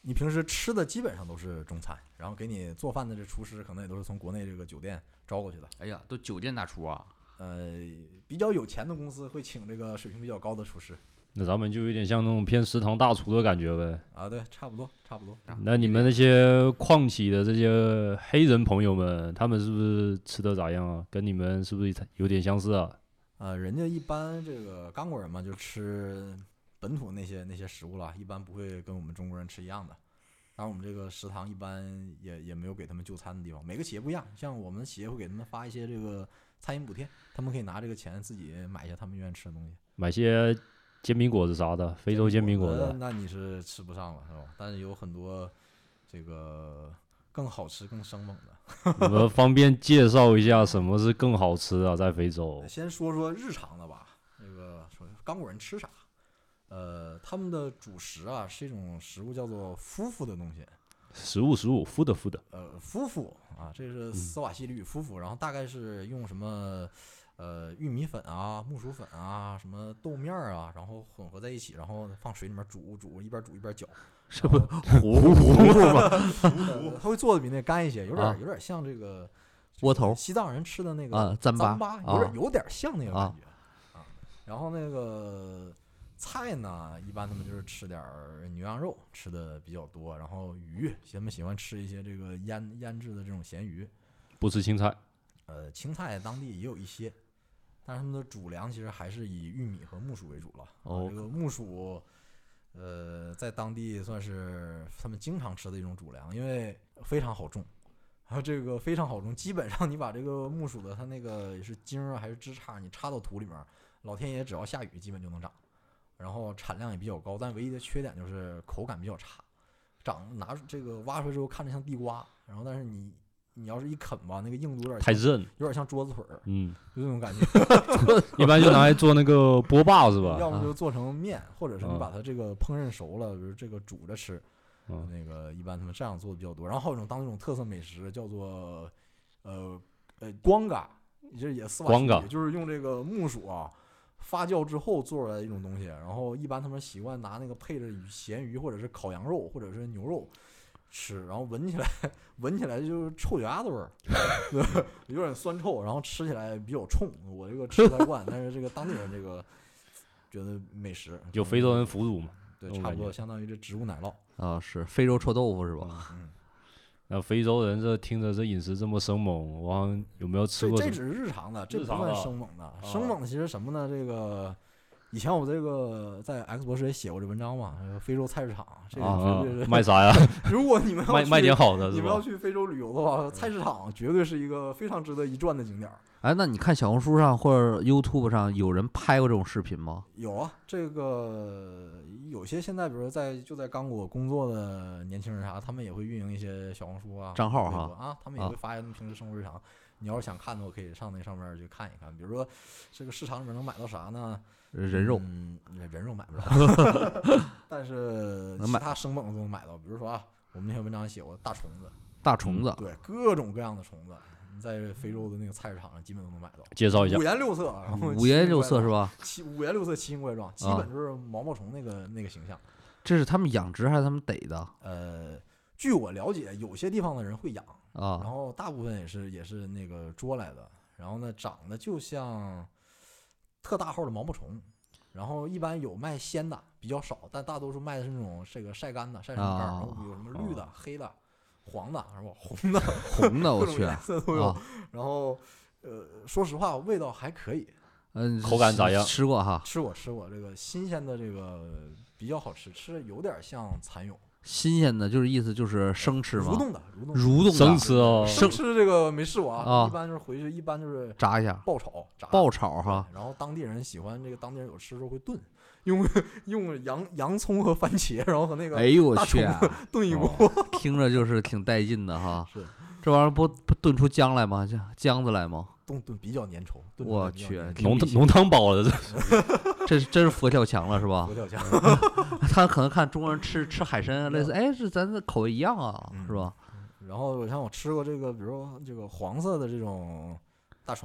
你平时吃的基本上都是中餐，然后给你做饭的这厨师可能也都是从国内这个酒店招过去的。 哎呀，都酒店大厨啊。 比较有钱的公司会请这个水平比较高的厨师。 那咱们就有点像那种偏食堂大厨的感觉呗。 啊，对，差不多。 那你们那些矿企的这些黑人朋友们，他们是不是吃的咋样啊？跟你们是不是有点相似啊？ 人家一般这个刚果人嘛，就吃本土那些食物了，一般不会跟我们中国人吃一样的。当然，我们这个食堂一般也没有给他们就餐的地方，每个企业不一样。像我们企业会给他们发一些这个餐饮补贴，他们可以拿这个钱自己买一些他们愿意吃的东西， 买些煎饼果子啥的，非洲煎饼果子。 那你是吃不上了，是吧？但是有很多这个更好吃、更生猛的。 你们方便介绍一下什么是更好吃啊？在非洲， 先说说日常的吧。这个说刚果人吃啥？他们的主食啊是一种食物叫做夫妇的东西。 食物，food。 夫妇啊，这是斯瓦希里语夫妇，然后大概是用什么玉米粉啊、木薯粉啊、什么豆面啊，然后混合在一起，然后放水里面煮，一边煮一边搅。 是不糊吗？ 他会做的比那干一些，有点像这个窝头， 西藏人吃的那个糌粑，有点像那个感觉啊。然后那个菜呢，一般他们就是吃点牛羊肉，吃的比较多。然后鱼，他们喜欢吃一些这个腌制的这种咸鱼。 不吃青菜。 青菜当地也有一些，但是他们的主粮其实还是以玉米和木薯为主了。这个木薯，在当地算是他们经常吃的一种主粮，因为非常好种。然后这个非常好种，基本上你把这个木薯的它那个是茎啊还是枝杈，你插到土里面，老天爷只要下雨，基本就能长。然后产量也比较高，但唯一的缺点就是口感比较差。拿这个挖出来之后看着像地瓜，然后但是你要是一啃吧，那个硬度有点太韧， 有点像桌子腿儿，就那种感觉。 一般就拿来做那个波霸是吧？ 要么就做成面，或者是你把它这个烹饪熟了，比如这个煮着吃。那个一般他们这样做的比较多。然后还有一种当地一种特色美食叫做光嘎，就是也斯瓦希里，就是用这个木薯啊发酵之后做出来的一种东西。然后一般他们习惯拿那个配着咸鱼或者是烤羊肉或者是牛肉吃，然后闻起来就是臭脚丫子味儿，有点酸臭，然后吃起来比较冲。我这个吃不太惯，但是这个当地人这个觉得美食， 就非洲人腐乳嘛。 对，差不多相当于这植物奶酪啊，是非洲臭豆腐是吧？ 那非洲人这听着这饮食这么生猛，我好像有没有吃过？ 这只是日常的，这不算生猛的。生猛的其实什么呢？这个以前我这个在 X 博士也写过这文章嘛，非洲菜市场，这个绝对是卖啥呀？ 如果你们要卖点好的， 你们要去非洲旅游的话，菜市场绝对是一个非常值得一转的景点。 哎，那你看小红书上或者 YouTube 上有人拍过这种视频吗？ 有啊，这个有些现在比如说就在刚果工作的年轻人啥，他们也会运营一些小红书啊账号哈啊，他们也会发一些平时生活日常。你要是想看的，我可以上那上面去看一看。比如说这个市场里面能买到啥呢？ 人肉， 人肉买不着，但是其他生猛的都能买到。比如说啊，我们那篇文章写过大虫子，对，各种各样的虫子。在非洲的那个菜市场上，基本都能买到。 介绍一下， 五颜六色，然后五颜六色是吧？ 五颜六色，奇形怪状，基本就是毛毛虫那个形象。 这是他们养殖还是他们逮的？ 据我了解，有些地方的人会养啊， 然后大部分也是那个捉来的。然后呢，长得就像特大号的毛毛虫。然后一般有卖鲜的，比较少，但大多数卖的是那种这个晒干的，晒成干，然后有什么绿的、黑的。黄的是吧？红的， 我去， 颜色都有。然后，说实话，味道还可以。 口感咋样？ 吃过哈？ 吃过，这个新鲜的这个比较好吃，吃有点像蚕蛹。 新鲜的就是意思就是生吃吗？ 蠕动的， 生吃哦。 生吃这个没试过啊，一般就是回去一般就是炸一下， 爆炒哈。 然后当地人喜欢这个，当地人有吃的时候会炖。用洋葱和番茄，然后和那个哎呦我去炖一锅， 听着就是挺带劲的哈。 是， 这玩意儿不炖出浆来吗？浆子来吗？ 炖比较粘稠。 我去， 浓汤宝了这真是佛跳墙了是吧？ 佛跳墙。 他可能看中国人吃海参，类似，哎，这咱的口味一样啊，是吧？ 然后像我吃过这个，比如说这个黄色的这种大虫子。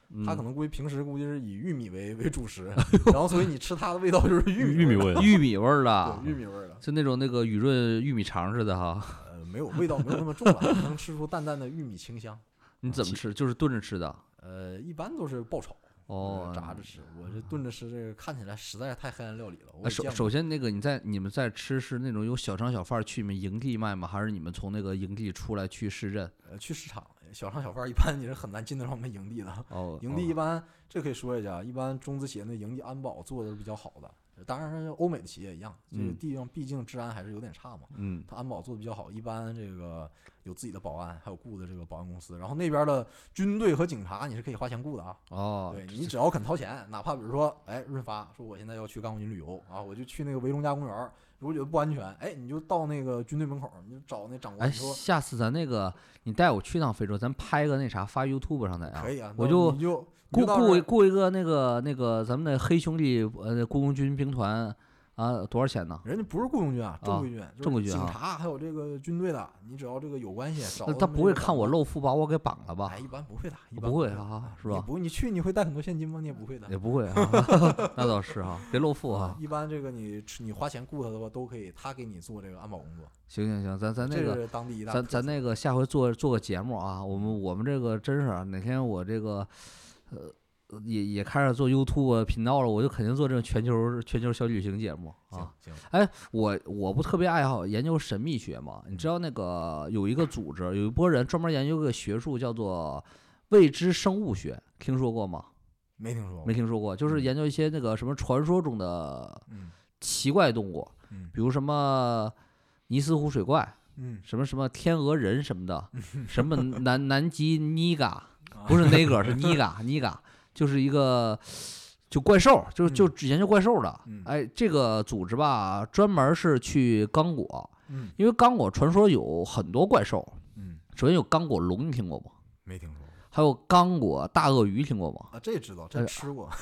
他可能估计平时估计是以玉米为主食，然后所以你吃它的味道就是玉米味的， 玉米味儿的， 对，玉米味儿的， 就那种那个雨润玉米肠似的哈。 没有味道，没有那么重了，能吃出淡淡的玉米清香。 你怎么吃？就是炖着吃的？ 一般都是爆炒。炸着吃，我这炖着吃，这个看起来实在是太黑暗料理了。 首先那个你们在吃是那种有小商小贩去你们营地卖吗？还是你们从那个营地出来去市镇？ 去市场，小商小贩一般你是很难进得上我们营地的。营地一般这可以说一下，一般中资企业的营地安保做的是比较好的。当然，欧美的企业一样，这个地方毕竟治安还是有点差嘛。它安保做的比较好，一般这个有自己的保安，还有雇的这个保安公司。然后那边的军队和警察你是可以花钱雇的啊。对你只要肯掏钱，哪怕比如说，润发说我现在要去刚果军旅游啊，我就去那个维龙家公园，如果觉得不安全，你就到那个军队门口，你就找那长官说， 下次咱那个你带我去趟非洲，咱拍个那啥发 YouTube 上的呀。 可以啊， 我就雇一个那个咱们的黑兄弟雇佣军兵团啊，多少钱呢？ 人家不是雇佣军啊，正规军， 正规军警察还有这个军队的，你只要这个有关系， 那他不会看我露富把我给绑了吧？ 一般不会的， 不会啊，是吧？ 你去你会带很多现金吗？你也不会的， 也不会啊，那倒是哈，别露富啊。 一般这个你花钱雇他的话，都可以，他给你做这个安保工作。 行，咱那个当地一大咱那个下回做个节目啊，我们这个真是哪天我这个也开始做 YouTube 频道了，我就肯定做这种全球小旅行节目啊。我不特别爱好研究神秘学嘛？你知道那个有一个组织，有一波人专门研究个学术叫做未知生物学，听说过吗？ 没听说过，就是研究一些那个什么传说中的奇怪动物，比如什么尼斯湖水怪，什么天鹅人什么的，什么南极尼嘎，不是那个是尼嘎。就是一个就怪兽，就只研究怪兽的。这个组织吧，专门是去刚果，因为刚果传说有很多怪兽。首先有刚果龙，你听过吗？ 没听说过。 还有刚果大鳄鱼，听过吗？ 这知道，这吃过。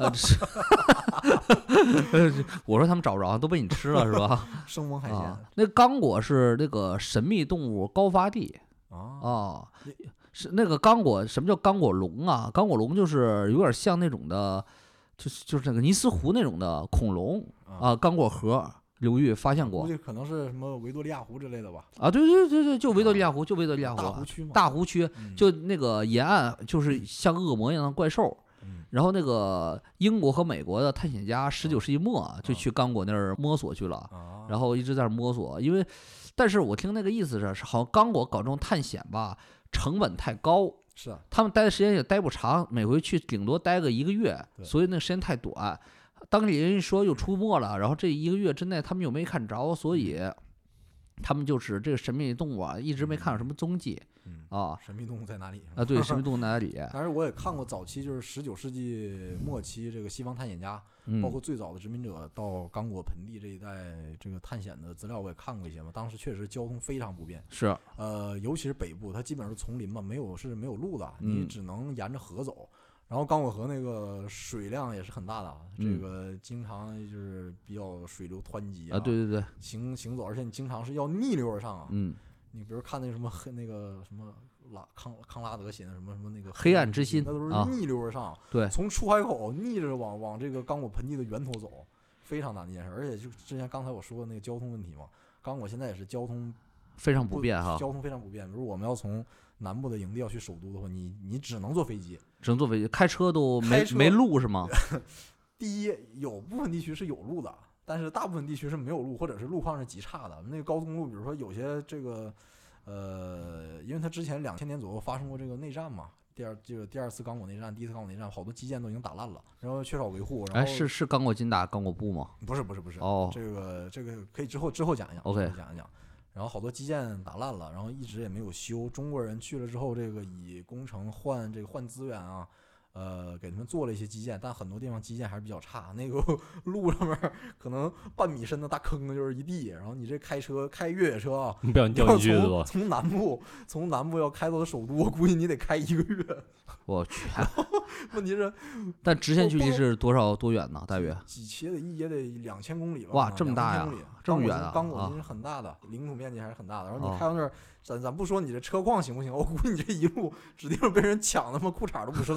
我说他们找不着，都被你吃了是吧？ 生猛海鲜。 那刚果是那个神秘动物高发地是那个刚果，什么叫刚果龙啊？刚果龙就是有点像那种的，就是那个尼斯湖那种的恐龙啊。刚果河流域发现过， 估计可能是什么维多利亚湖之类的吧？ 对，就维多利亚湖，大湖区，就那个沿岸就是像恶魔一样的怪兽。然后那个英国和美国的探险家19世纪末就去刚果那儿摸索去了，然后一直在那儿摸索，但是我听那个意思是好像刚果搞这种探险吧。成本太高， 是他们待的时间也待不长，每回去顶多待个1个月，所以那时间太短。当地人说又出没了，然后这1个月之内他们又没看着，所以他们就是这个神秘动物一直没看到什么踪迹。 神秘动物在哪里？ 对，神秘动物在哪里？ 当然我也看过早期，就是19世纪末期这个西方探险家，包括最早的殖民者到刚果盆地这一带这个探险的资料，我也看过一些嘛。当时确实交通非常不便， 是尤其是北部，它基本上是丛林嘛，没有路的，你只能沿着河走。然后刚果河那个水量也是很大的，这个经常就是比较水流湍急对， 行走，而且你经常是要逆流而上你比如看那个什么康拉德写的什么那个黑暗之心， 那都是逆流而上， 对， 从出海口逆着往这个刚果盆地的源头走，非常难的一件事。而且就之前刚才我说的那个交通问题嘛，刚果现在也是交通非常不便交通非常不便。比如我们要从南部的营地要去首都的话，你只能坐飞机，开车都没路是吗？ 第一，有部分地区是有路的。但是大部分地区是没有路，或者是路况是极差的。那个高速公路，比如说有些这个，因为它之前2000年左右发生过这个内战嘛，第二次刚果内战，第一次刚果内战，好多基建都已经打烂了，然后缺少维护。然后是刚果金打刚果布吗？ 不是。这个可以之后讲一讲。 OK， 讲一讲。然后好多基建打烂了，然后一直也没有修。中国人去了之后，这个以工程换资源啊。给他们做了一些基建，但很多地方基建还是比较差。那个路上面可能半米深的大坑就是一地，然后你这开越野车啊， 你不想掉进去是吧？ 从南部要开到首都，我估计你得开1个月。 我去， 问题是， 但直线距离是多远呢？大约也得2000公里吧？ 哇，这么大呀，这么远啊！ 刚果其实很大的，领土面积还是很大的。然后你开到那儿，咱不说你这车况行不行，我估计你这一路指定被人抢，他妈裤衩都不剩了。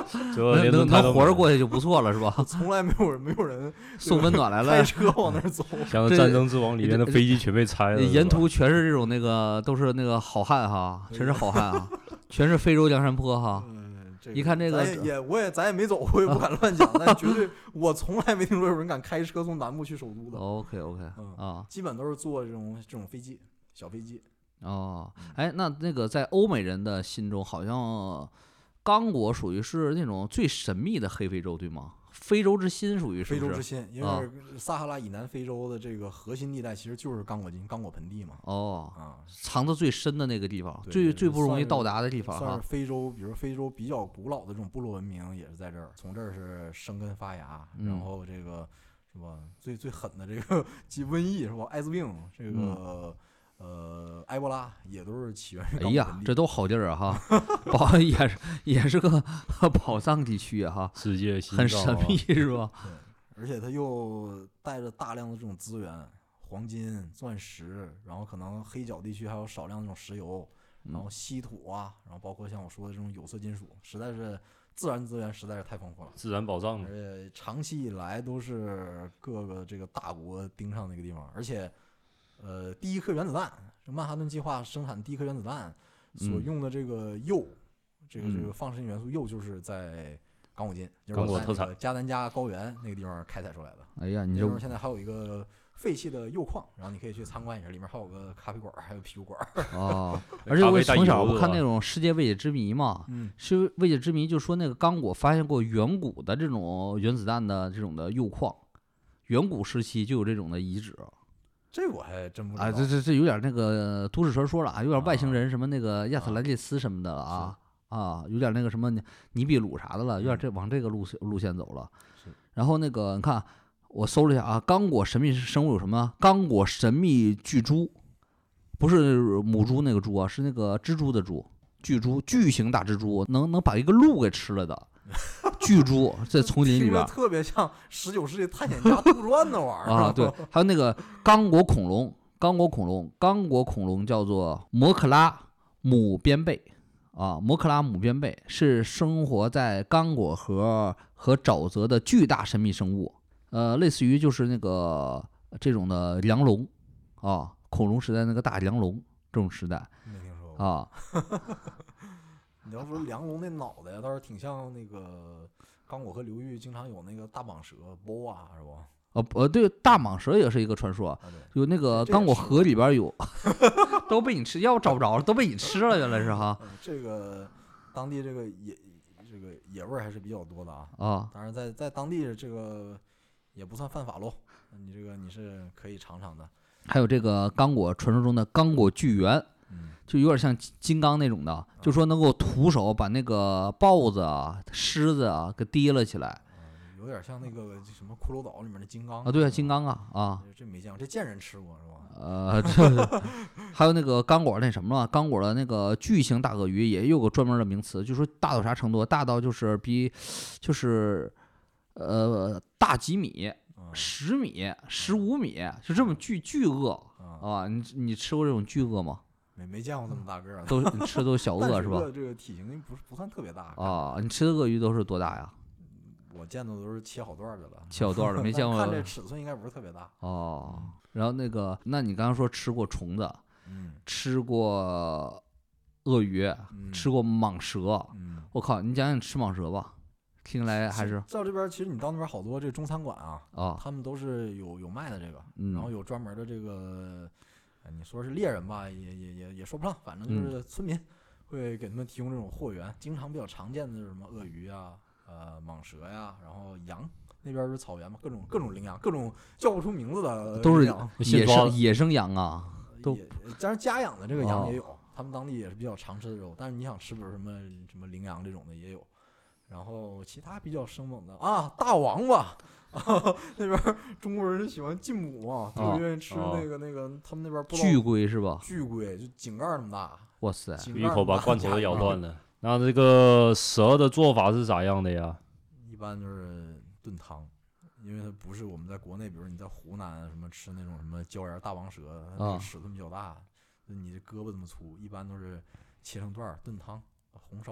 能活着过去就不错了，是吧？ 从来没有人送温暖来了， 开车往那儿走。 像《战争之王》里面的飞机全被拆了， 沿途全是这种那个都是那个好汉哈，全是好汉啊，全是非洲梁山泊哈。一看这个， 咱也没走，我也不敢乱讲，但绝对我从来没听说有人敢开车从南部去首都的。 OK 啊， 基本都是坐这种飞机，小飞机。 哦，哎，那个在欧美人的心中，好像刚果属于是那种最神秘的黑非洲，对吗？非洲之心属于是不是？ 非洲之心，因为撒哈拉以南非洲的这个核心地带其实就是刚果金、刚果盆地嘛。 藏得最深的那个地方，最不容易到达的地方算是非洲，比如非洲比较古老的这种部落文明也是在这儿，从这儿是生根发芽，然后这个是吧？最狠的这个瘟疫是吧？艾滋病这个。埃博拉也都是起源于。 哎呀，这都好地儿啊哈，也是个宝藏地区啊哈， 世界很神秘是吧？ 对，而且它又带着大量的这种资源，黄金、钻石，然后可能黑角地区还有少量那种石油，然后稀土啊，然后包括像我说的这种有色金属，实在是自然资源实在是太丰富了， 自然宝藏， 而且长期以来都是各个这个大国盯上那个地方，而且。第一颗原子弹，曼哈顿计划生产第一颗原子弹所用的这个铀，这个放射性元素铀就是在刚果金， 刚果特产加丹加高原那个地方开采出来的。 哎呀，你这现在还有一个废弃的铀矿，然后你可以去参观一下，里面还有个咖啡馆，还有啤酒馆。 而且我从小看那种世界未解之谜嘛，是未解之谜，就说那个刚果发现过远古的这种原子弹的这种的铀矿，远古时期就有这种的遗址。 这我还真不知道啊，这有点那个都市传说了啊，有点外星人什么那个亚特兰蒂斯什么的了啊，有点那个什么尼比鲁啥的了，有点往这个路线走了。然后那个你看，我搜了一下啊，刚果神秘生物有什么？刚果神秘巨猪，不是母猪那个猪啊，是那个蜘蛛的蛛，巨型大蜘蛛，能把一个鹿给吃了的。巨猪在丛林里边， 特别像19世纪探险家杜撰那玩意儿啊。对，还有那个刚果恐龙叫做摩克拉母边贝啊，摩克拉母边贝是生活在刚果河和沼泽的巨大神秘生物，类似于就是那个这种的梁龙啊，恐龙时代那个大梁龙这种时代， 没听说过啊。 你要说梁龙那脑袋倒是挺像那个刚果河流域经常有那个大蟒蛇 boa 是吧？ 对，大蟒蛇也是一个传说，有那个刚果河里边有，都被你吃，要不找不着了，都被你吃了，原来是哈。 这个当地这个野味还是比较多的啊。当然在当地这个也不算犯法喽，你是可以尝尝的。 还有这个刚果传说中的刚果巨猿。就有点像金刚那种的，就说能够徒手把那个豹子啊、狮子啊给提了起来， 有点像那个什么骷髅岛里面的金刚啊，对啊，金刚啊， 这没见过，这见人吃过是吧？这还有那个刚果那什么，刚果的那个巨型大鳄鱼也有个专门的名词，就说大到啥程度？大到就是大几米、10米、15米，就这么巨鳄啊！你吃过这种巨鳄吗？ 没见过这么大个儿， 你吃的都小鳄是吧？ 这个体型不算特别大啊。你吃的鳄鱼都是多大呀？ 我见的都是切好段的了， 切好段的没见过。 看这尺寸应该不是特别大哦。然后那你刚刚说吃过虫子，吃过鳄鱼，吃过蟒蛇，我靠，你讲讲吃蟒蛇吧，听来还是。 到这边其实你到那边好多这个中餐馆啊，他们都是有卖的这个，然后有专门的这个。你说是猎人吧，也说不上，反正就是村民会给他们提供这种货源。经常比较常见的是什么鳄鱼啊、蟒蛇呀，然后羊，那边是草原嘛，各种羚羊，各种叫不出名字的都是野生羊啊，都加上家养的这个羊也有，他们当地也是比较常吃的肉。但是你想吃比如什么羚羊这种的也有，然后其他比较生猛的大王八。那边中国人喜欢禁捕嘛，特别愿意吃那个他们那边巨龟是吧？ 巨龟就井盖那么大， 哇塞， 一口把罐头都咬断了。那这个蛇的做法是咋样的呀？ 一般就是炖汤，因为它不是我们在国内，比如你在湖南什么吃那种什么椒盐大王蛇，它那个尺寸比较大，你这胳膊这么粗，一般都是切成段炖汤，红烧。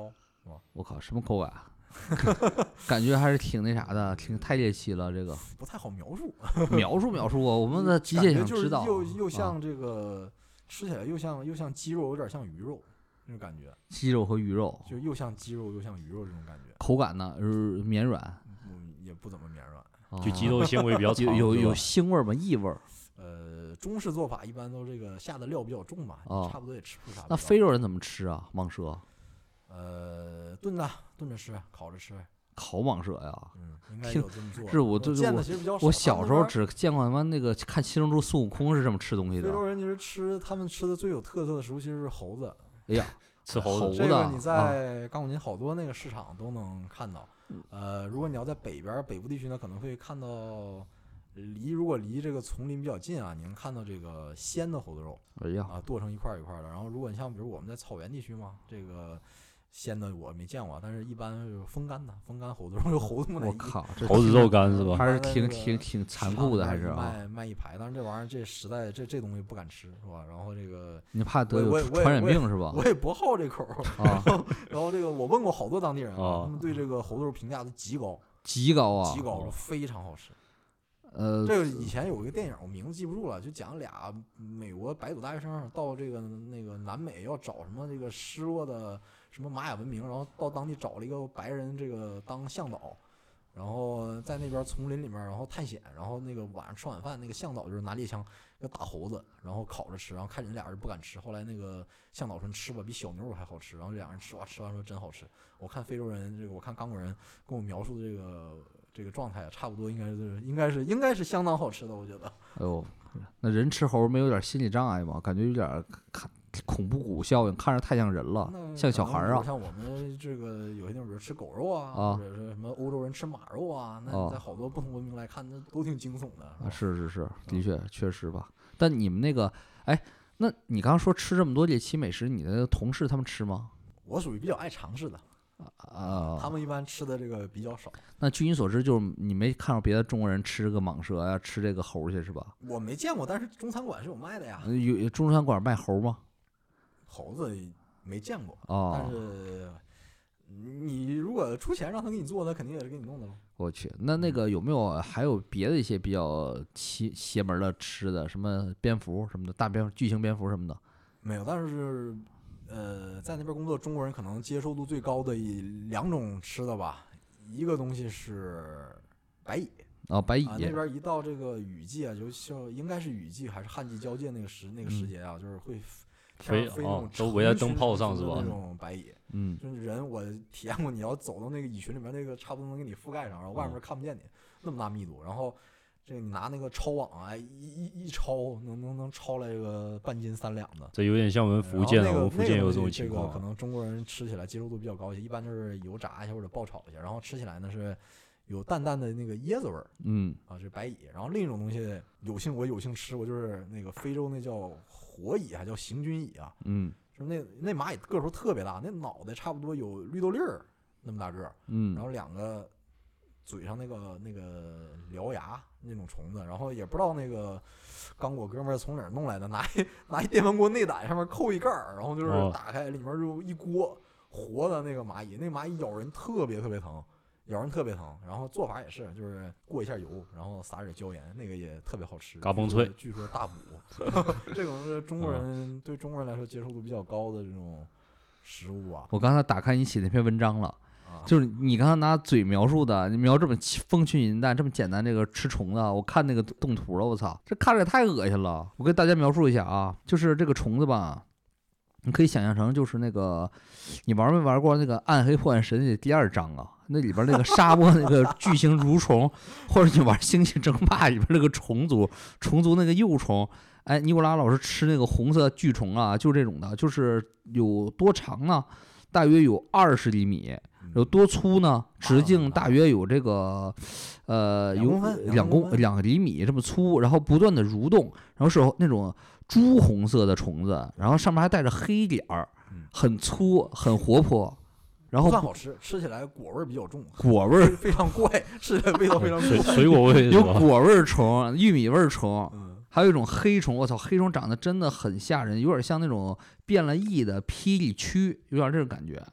是吧？ 我靠，什么口感？感觉还是挺那啥的，太猎奇了。这个不太好描述， 描述啊！我们的机械想知道， 又像这个吃起来又像鸡肉，有点像鱼肉那种感觉。 鸡肉和鱼肉， 就又像鸡肉又像鱼肉这种感觉。 口感呢，绵软， 也不怎么绵软， 就鸡肉纤维比较长， 有腥味吗？异味？ 中式做法一般都这个下的料比较重嘛，差不多也吃不出啥。 那非洲人怎么吃啊？蟒蛇？ 炖着吃，烤着吃。 烤蟒蛇呀？ 应该有这么做。 是我见的其实比较少。 我小时候只见过他妈那个看七龙珠孙悟空是这么吃东西的。 非洲人其实他们吃的最有特色的食物其实是猴子。 哎呀， 吃猴子， 这个你在刚果金好多那个市场都能看到。如果你要在北部地区呢，可能会看到如果离这个丛林比较近啊，你能看到这个鲜的猴子肉。 哎呀， 剁成一块一块的。然后如果你像比如我们在草原地区嘛，这个鲜的我没见过，但是一般是风干猴子肉，有猴子木乃伊。 我靠， 猴子肉干是吧？ 还是挺残酷的，还是卖一排。但是这玩意儿这实在这东西不敢吃，是吧？然后这个你怕得有传染病是吧？ 我也不好这口啊。然后这个我问过好多当地人啊，他们对这个猴子肉评价都极高， 极高啊， 极高，非常好吃。这个以前有一个电影，我名字记不住了，就讲俩美国白种大学生到这个那个南美要找什么这个失落的什么玛雅文明，然后到当地找了一个白人这个当向导，然后在那边丛林里面然后探险，然后那个晚上吃晚饭，那个向导就是拿猎枪要打猴子，然后烤着吃，然后看人俩人不敢吃，后来那个向导说吃吧，比小牛肉还好吃，然后这两人吃完说真好吃。我看非洲人这个，我看刚果人跟我描述的这个状态差不多，应该是相当好吃的，我觉得。 哎呦，那人吃猴没有点心理障碍吗？感觉有点恐怖谷效应，看着太像人了，像小孩啊。 像我们这个有些地方，比如吃狗肉啊，或者是什么欧洲人吃马肉啊，那在好多不同文明来看，那都挺惊悚的。 是，的确实吧。但你们那个，哎，那你刚刚说吃这么多猎奇美食，你的同事他们吃吗？ 我属于比较爱尝试的。他们一般吃的这个比较少。 那据你所知，就是你没看到别的中国人吃个蟒蛇呀，吃这个猴去是吧？ 我没见过，但是中餐馆是有卖的呀。 有中餐馆卖猴吗？ 猴子没见过，但是你如果出钱让他给你做，他肯定也是给你弄的了。 我去，那个有没有还有别的一些比较邪门的吃的，什么蝙蝠什么的，大蝙蝠、巨型蝙蝠什么的？ 没有，但是在那边工作，中国人可能接受度最高的两种吃的吧。一个东西是白蚁。 白蚁那边一到这个雨季啊，就应该是雨季还是旱季交界那个时节啊，就是会飞那种都围在灯泡上是吧？ 那种白蚁，就是人我体验过，你要走到那个蚁群里面，那个差不多能给你覆盖上，然后外面看不见你，那么大密度，然后这个你拿那个抄网啊，一抄能抄来这个半斤3两的。 这有点像我们福建，我们福建有这种情况。 可能中国人吃起来接受度比较高一些，一般就是油炸一下或者爆炒一下，然后吃起来呢是有淡淡的那个椰子味儿，是白蚁。然后另一种东西我有幸吃过，就是那个非洲那叫火蚁，还叫行军蚁啊，就是那蚂蚁个头特别大，那脑袋差不多有绿豆粒儿那么大个儿，然后两个嘴上那个獠牙那种虫子，然后也不知道那个刚果哥们儿从哪儿弄来的，拿一电饭锅内胆上面扣一盖儿，然后就是打开里面就一锅活的那个蚂蚁，那蚂蚁咬人特别特别疼。然后做法也是，就是过一下油，然后撒点椒盐，那个也特别好吃， 嘎嘣脆， 据说大补。这种是中国人对中国人来说接受度比较高的这种食物啊。 我刚才打开你写那篇文章了，就是你刚才拿嘴描述的，你描这么风轻云淡，这么简单，这个吃虫子，我看那个动图了，我操，这看着也太恶心了。我给大家描述一下啊，就是这个虫子吧。你可以想象成就是那个，你玩没玩过那个《暗黑破坏神》的第2章啊？那里边那个沙漠那个巨型蠕虫，或者你玩《星际争霸》里边那个虫族那个幼虫，哎，尼古拉老师吃那个红色巨虫啊，就这种的，就是有多长呢？大约有20厘米，有多粗呢？直径大约有这个，有2厘米这么粗，然后不断的蠕动，然后是那种朱红色的虫子，然后上面还带着黑点儿，很粗，很活泼。然后不算好吃，吃起来果味比较重， 果味非常怪，吃起来味道非常怪， 水果味， 有果味虫、玉米味虫，还有一种黑虫，我操，黑虫长得真的很吓人，有点像那种变了异的霹雳蛆，有点这种感觉，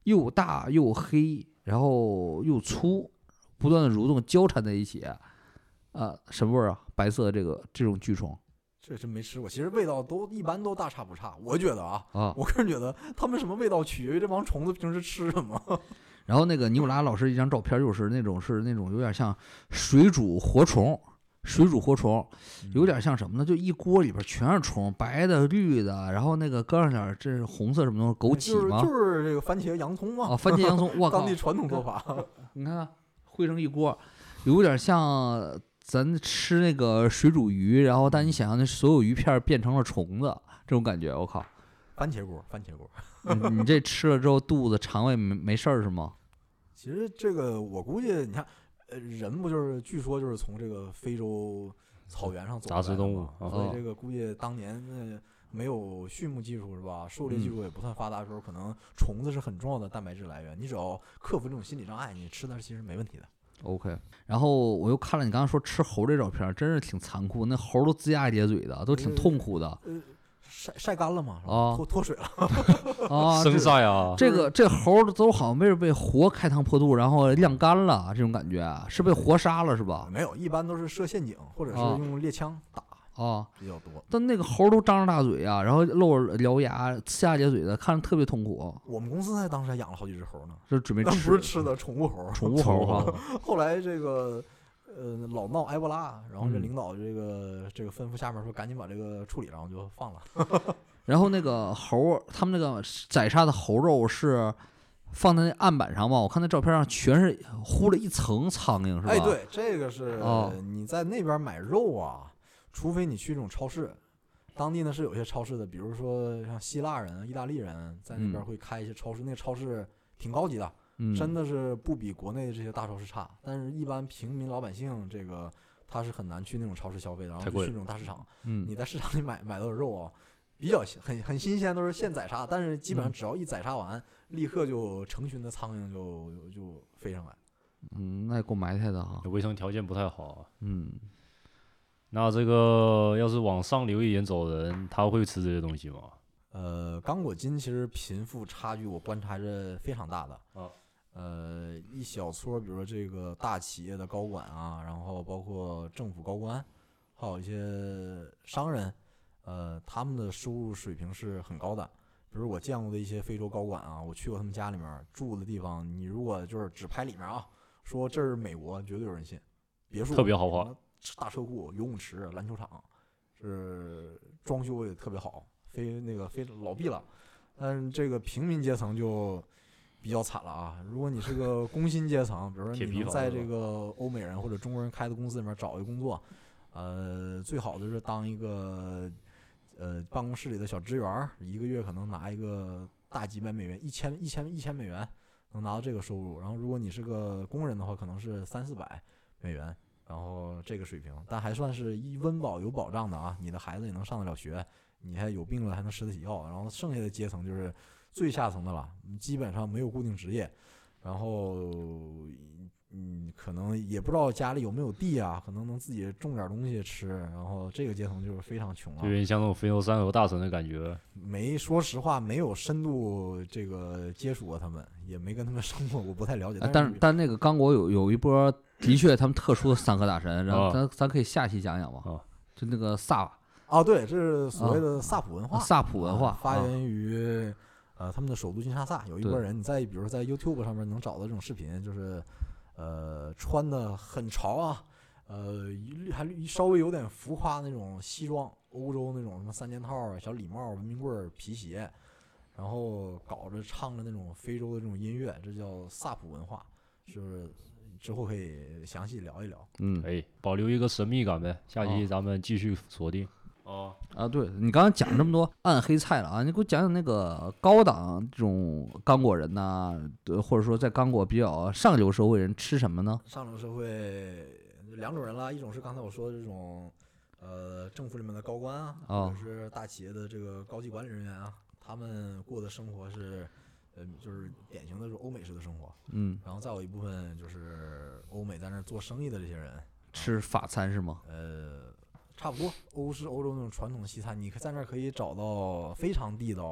又大又黑，然后又粗，不断的蠕动交缠在一起，什么味儿啊？白色的这种巨虫。 这真没吃过，其实味道一般都大差不差。我觉得我个人觉得他们什么味道取决于这帮虫子平时吃什么。 然后那个尼古拉老师一张照片就是那种有点像水煮活虫，有点像什么呢？就一锅里边全是虫，白的、绿的，然后那个搁上点这是红色什么东西，枸杞吗？ 就是这个番茄洋葱嘛。 番茄洋葱，我靠， 当地传统做法。 你看汇成一锅，有点像咱吃那个水煮鱼，然后但你想象那所有鱼片变成了虫子，这种感觉，我靠！ 番茄锅。 你这吃了之后肚子肠胃没事儿是吗？ 其实这个我估计，你看，人不就是据说就是从这个非洲草原上走杂食动物， 所以这个估计当年没有畜牧技术是吧？狩猎技术也不算发达的时候，可能虫子是很重要的蛋白质来源。你只要克服这种心理障碍，你吃的其实没问题的。 OK， 然后我又看了你刚刚说吃猴这照片，真是挺残酷，那猴都龇牙咧嘴的，都挺痛苦的。 晒干了嘛，脱水了生晒啊！ 这猴都好像被活开膛破肚，然后晾干了，这种感觉是被活杀了是吧？ 没有，一般都是设陷阱或者是用猎枪打比较多。 但那个猴都张着大嘴啊，然后露着獠牙，呲牙咧嘴的，看着特别痛苦。 我们公司当时还养了好几只猴呢， 是准备吃， 但不是吃的宠物猴。 宠物猴后来这个老闹埃博拉，然后这领导这个吩咐下面说赶紧把这个处理，然后就放了。 然后那个猴，他们那个宰杀的猴肉是放在那案板上嘛？我看那照片上全是糊了一层苍蝇，是吧？ 对，这个是你在那边买肉啊，除非你去这种超市，当地呢是有些超市的，比如说像希腊人、意大利人在那边会开一些超市，那个超市挺高级的，真的是不比国内的这些大超市差。但是一般平民老百姓这个他是很难去那种超市消费的，然后去那种大市场。你在市场里买到的肉啊，比较很新鲜，都是现宰杀，但是基本上只要一宰杀完，立刻就成群的苍蝇就飞上来。 那也够埋汰的哈， 卫生条件不太好。那这个要是往上流一点走人，他会吃这些东西吗？ 刚果金其实贫富差距我观察着非常大的。一小撮，比如说这个大企业的高管啊，然后包括政府高官，还有一些商人，他们的收入水平是很高的。比如我见过的一些非洲高管啊，我去过他们家里面住的地方，你如果就是只拍里面啊，说这是美国，绝对有人信。别墅特别豪华， 大车库、游泳池、篮球场，是装修也特别好，非老毕了。但是这个平民阶层就比较惨了啊！如果你是个工薪阶层，比如说你能在这个欧美人或者中国人开的公司里面找一个工作，最好的是当一个办公室里的小职员，一个月可能拿一个大几百美元，1000美元能拿到这个收入。然后如果你是个工人的话，可能是300-400美元，然后这个水平，但还算是温饱有保障的啊！你的孩子也能上得了学，你还有病了还能吃得起药。然后剩下的阶层就是最下层的了，基本上没有固定职业，然后可能也不知道家里有没有地啊，可能能自己种点东西吃，然后这个阶层就是非常穷了， 有点像那种非洲山河大神的感觉。 说实话没有深度这个接触过他们，也没跟他们生活，我不太了解。 但那个刚果有一波的确他们特殊的山河大神，然后咱可以下期讲讲嘛。就那个萨对，这是所谓的萨普文化。 萨普文化发源于他们的首都金沙萨，有一波人，你比如在 YouTube 上面能找到这种视频，就是穿的很潮啊，还稍微有点浮夸那种西装，欧洲那种什么3件套、小礼帽、文明棍、皮鞋，然后搞着唱着那种非洲的这种音乐，这叫萨普文化，是之后可以详细聊一聊。 可以保留一个神秘感呗，下期咱们继续锁定。 对，你刚刚讲这么多暗黑菜了啊，你给我讲讲那个高档这种刚果人呐，或者说在刚果比较上流社会人吃什么呢？ 上流社会两种人啦，一种是刚才我说的这种政府里面的高官啊，或者是大企业的这个高级管理人员啊，他们过的生活是就是典型的是欧美式的生活。然后再有一部分就是欧美在那做生意的这些人吃法餐是吗？ 差不多欧洲那种传统西餐，你在那儿可以找到非常地道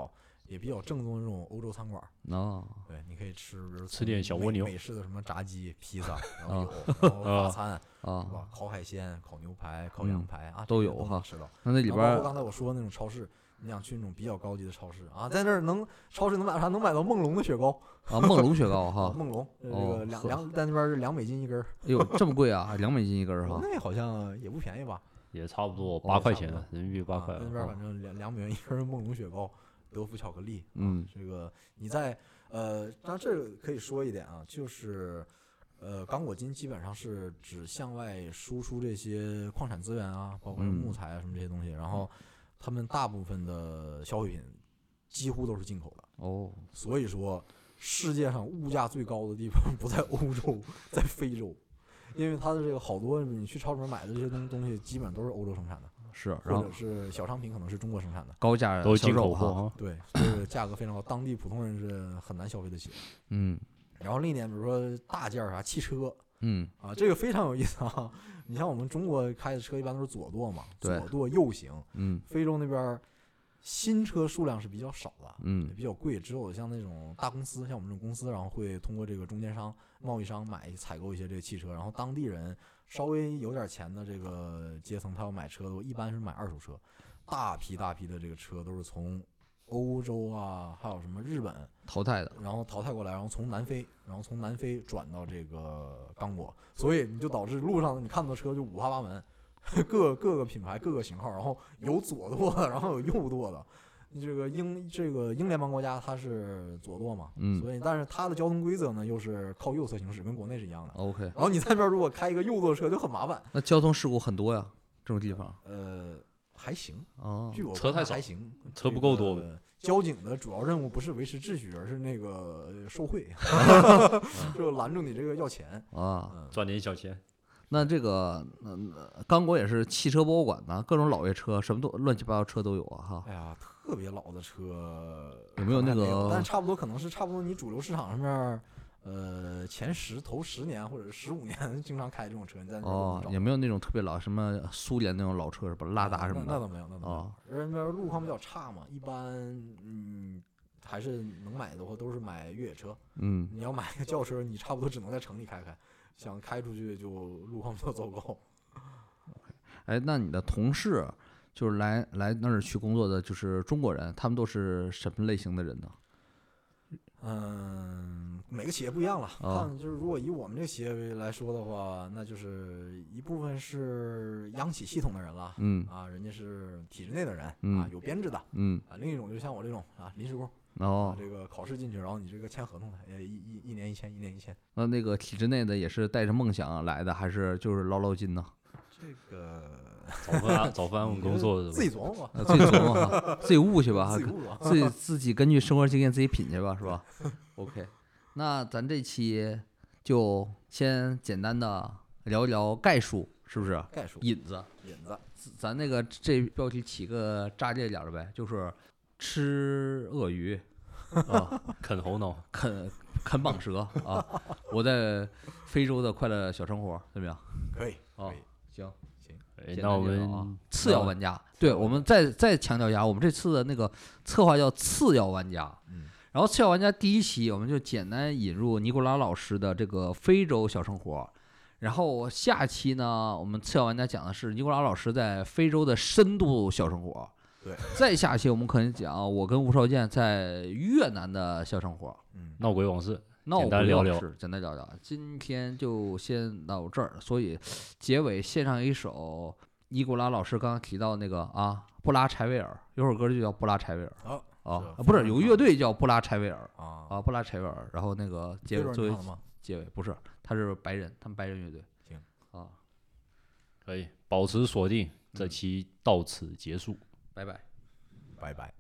也比较正宗的这种欧洲餐馆。对，你可以吃，比如吃点小蜗牛， 美式的什么炸鸡、披萨，然后法餐是吧？烤海鲜、烤牛排、烤羊排都有哈。 吃到。 那里边包括刚才我说的那种超市。你想去那种比较高级的超市在那儿超市能买啥？能买到梦龙的雪糕梦龙雪糕哈， 梦龙这个在那边是$2一根。 哎呦，这么贵啊！$2一根哈， 那好像也不便宜吧？ 也差不多8块钱，人民币8块。 那边反正$2一根梦龙雪糕，德芙巧克力。这个你在当然这个可以说一点就是刚果金基本上是只向外输出这些矿产资源包括木材什么这些东西，然后。他们大部分的消费品几乎都是进口的所以说世界上物价最高的地方不在欧洲，在非洲，因为它的这个好多你去超市买的这些东西基本上都是欧洲生产的，或者是小商品可能是中国生产的， 高价都进口货对，这个价格非常高，当地普通人是很难消费得起。然后另一点，比如说大件汽车，这个非常有意思你像我们中国开的车一般都是左舵嘛，左舵右行。非洲那边新车数量是比较少的，也比较贵，只有像那种大公司，像我们这种公司，然后会通过这个中间商、贸易商采购一些这个汽车，然后当地人稍微有点钱的这个阶层，他要买车的，一般是买二手车，大批的这个车都是从欧洲还有什么日本淘汰的， 然后淘汰过来，然后从南非转到这个刚果，所以你就导致路上你看到车就五花八门，各个品牌各个型号，然后有左舵的，然后有右舵的。这个英联邦国家它是左舵嘛，所以但是它的交通规则呢又是靠右侧行驶，跟国内是一样的。 OK， 然后你在那边如果开一个右舵车就很麻烦。 那交通事故很多呀，这种地方。 还行据我车太少， 还行， 车不够多呗。 交警的主要任务不是维持秩序，而是那个受贿，就拦住你这个要钱赚点小钱。 那这个刚果也是汽车博物馆呢，各种老爷车，什么都乱七八糟车都有哈。 哎呀，特别老的车有没有那个？ 但差不多可能是你主流市场上面。头10年或者15年经常开这种车，你在那也没有那种特别老，什么苏联那种老车，是吧？拉达什么的， 那倒没有，人家路况比较差嘛，一般还是能买的话都是买越野车。你要买个轿车，你差不多只能在城里开，想开出去就路况比较糟糕。 哎，那你的同事就是来那儿去工作的，就是中国人，他们都是什么类型的人呢？ 每个企业不一样了。看就是如果以我们这个企业来说的话，那就是一部分是央企系统的人了，人家是体制内的人有编制的，另一种就像我这种临时工，这个考试进去，然后你这个签合同的，一年一签，1年1签。 那个体制内的也是带着梦想来的，还是就是捞金呢？ 这个早饭工作自己琢磨吧， 自己琢磨哈，自己悟去吧，自己根据生活经验自己品去吧，是吧 ？OK， 那咱这期就先简单的聊一聊概述，是不是？ 概述引子，咱那个这标题起个炸裂点的呗，就是吃鳄鱼啃猴脑， 啃蟒蛇我在非洲的快乐小生活，怎么样？ 可以行， 那我们次要玩家，对，我们再强调一下，我们这次的那个策划叫次要玩家。然后次要玩家第1期我们就简单引入尼古拉老师的这个非洲小生活，然后下期呢，我们次要玩家讲的是尼古拉老师在非洲的深度小生活。 对， 再下期我们可能讲我跟吴少健在越南的小生活， 闹鬼往事。 简单聊聊， 今天就先到这儿。所以结尾献上一首尼古拉老师刚刚提到那个布拉柴维尔，有首歌就叫布拉柴维尔不是有个乐队叫布拉柴维尔布拉柴维尔。然后那个结尾作为结尾，不是，他是白人，他们白人乐队。 行可以保持锁定，这期到此结束， 拜拜， 拜拜。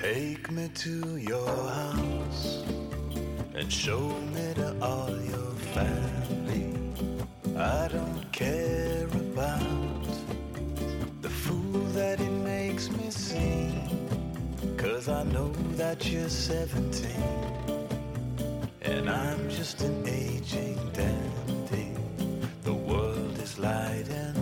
Take me to your house and show me to all your family. I don't care about the fool that it makes me see, 'cause I know that you're 17 and I'm just an aging dandy. The world is light and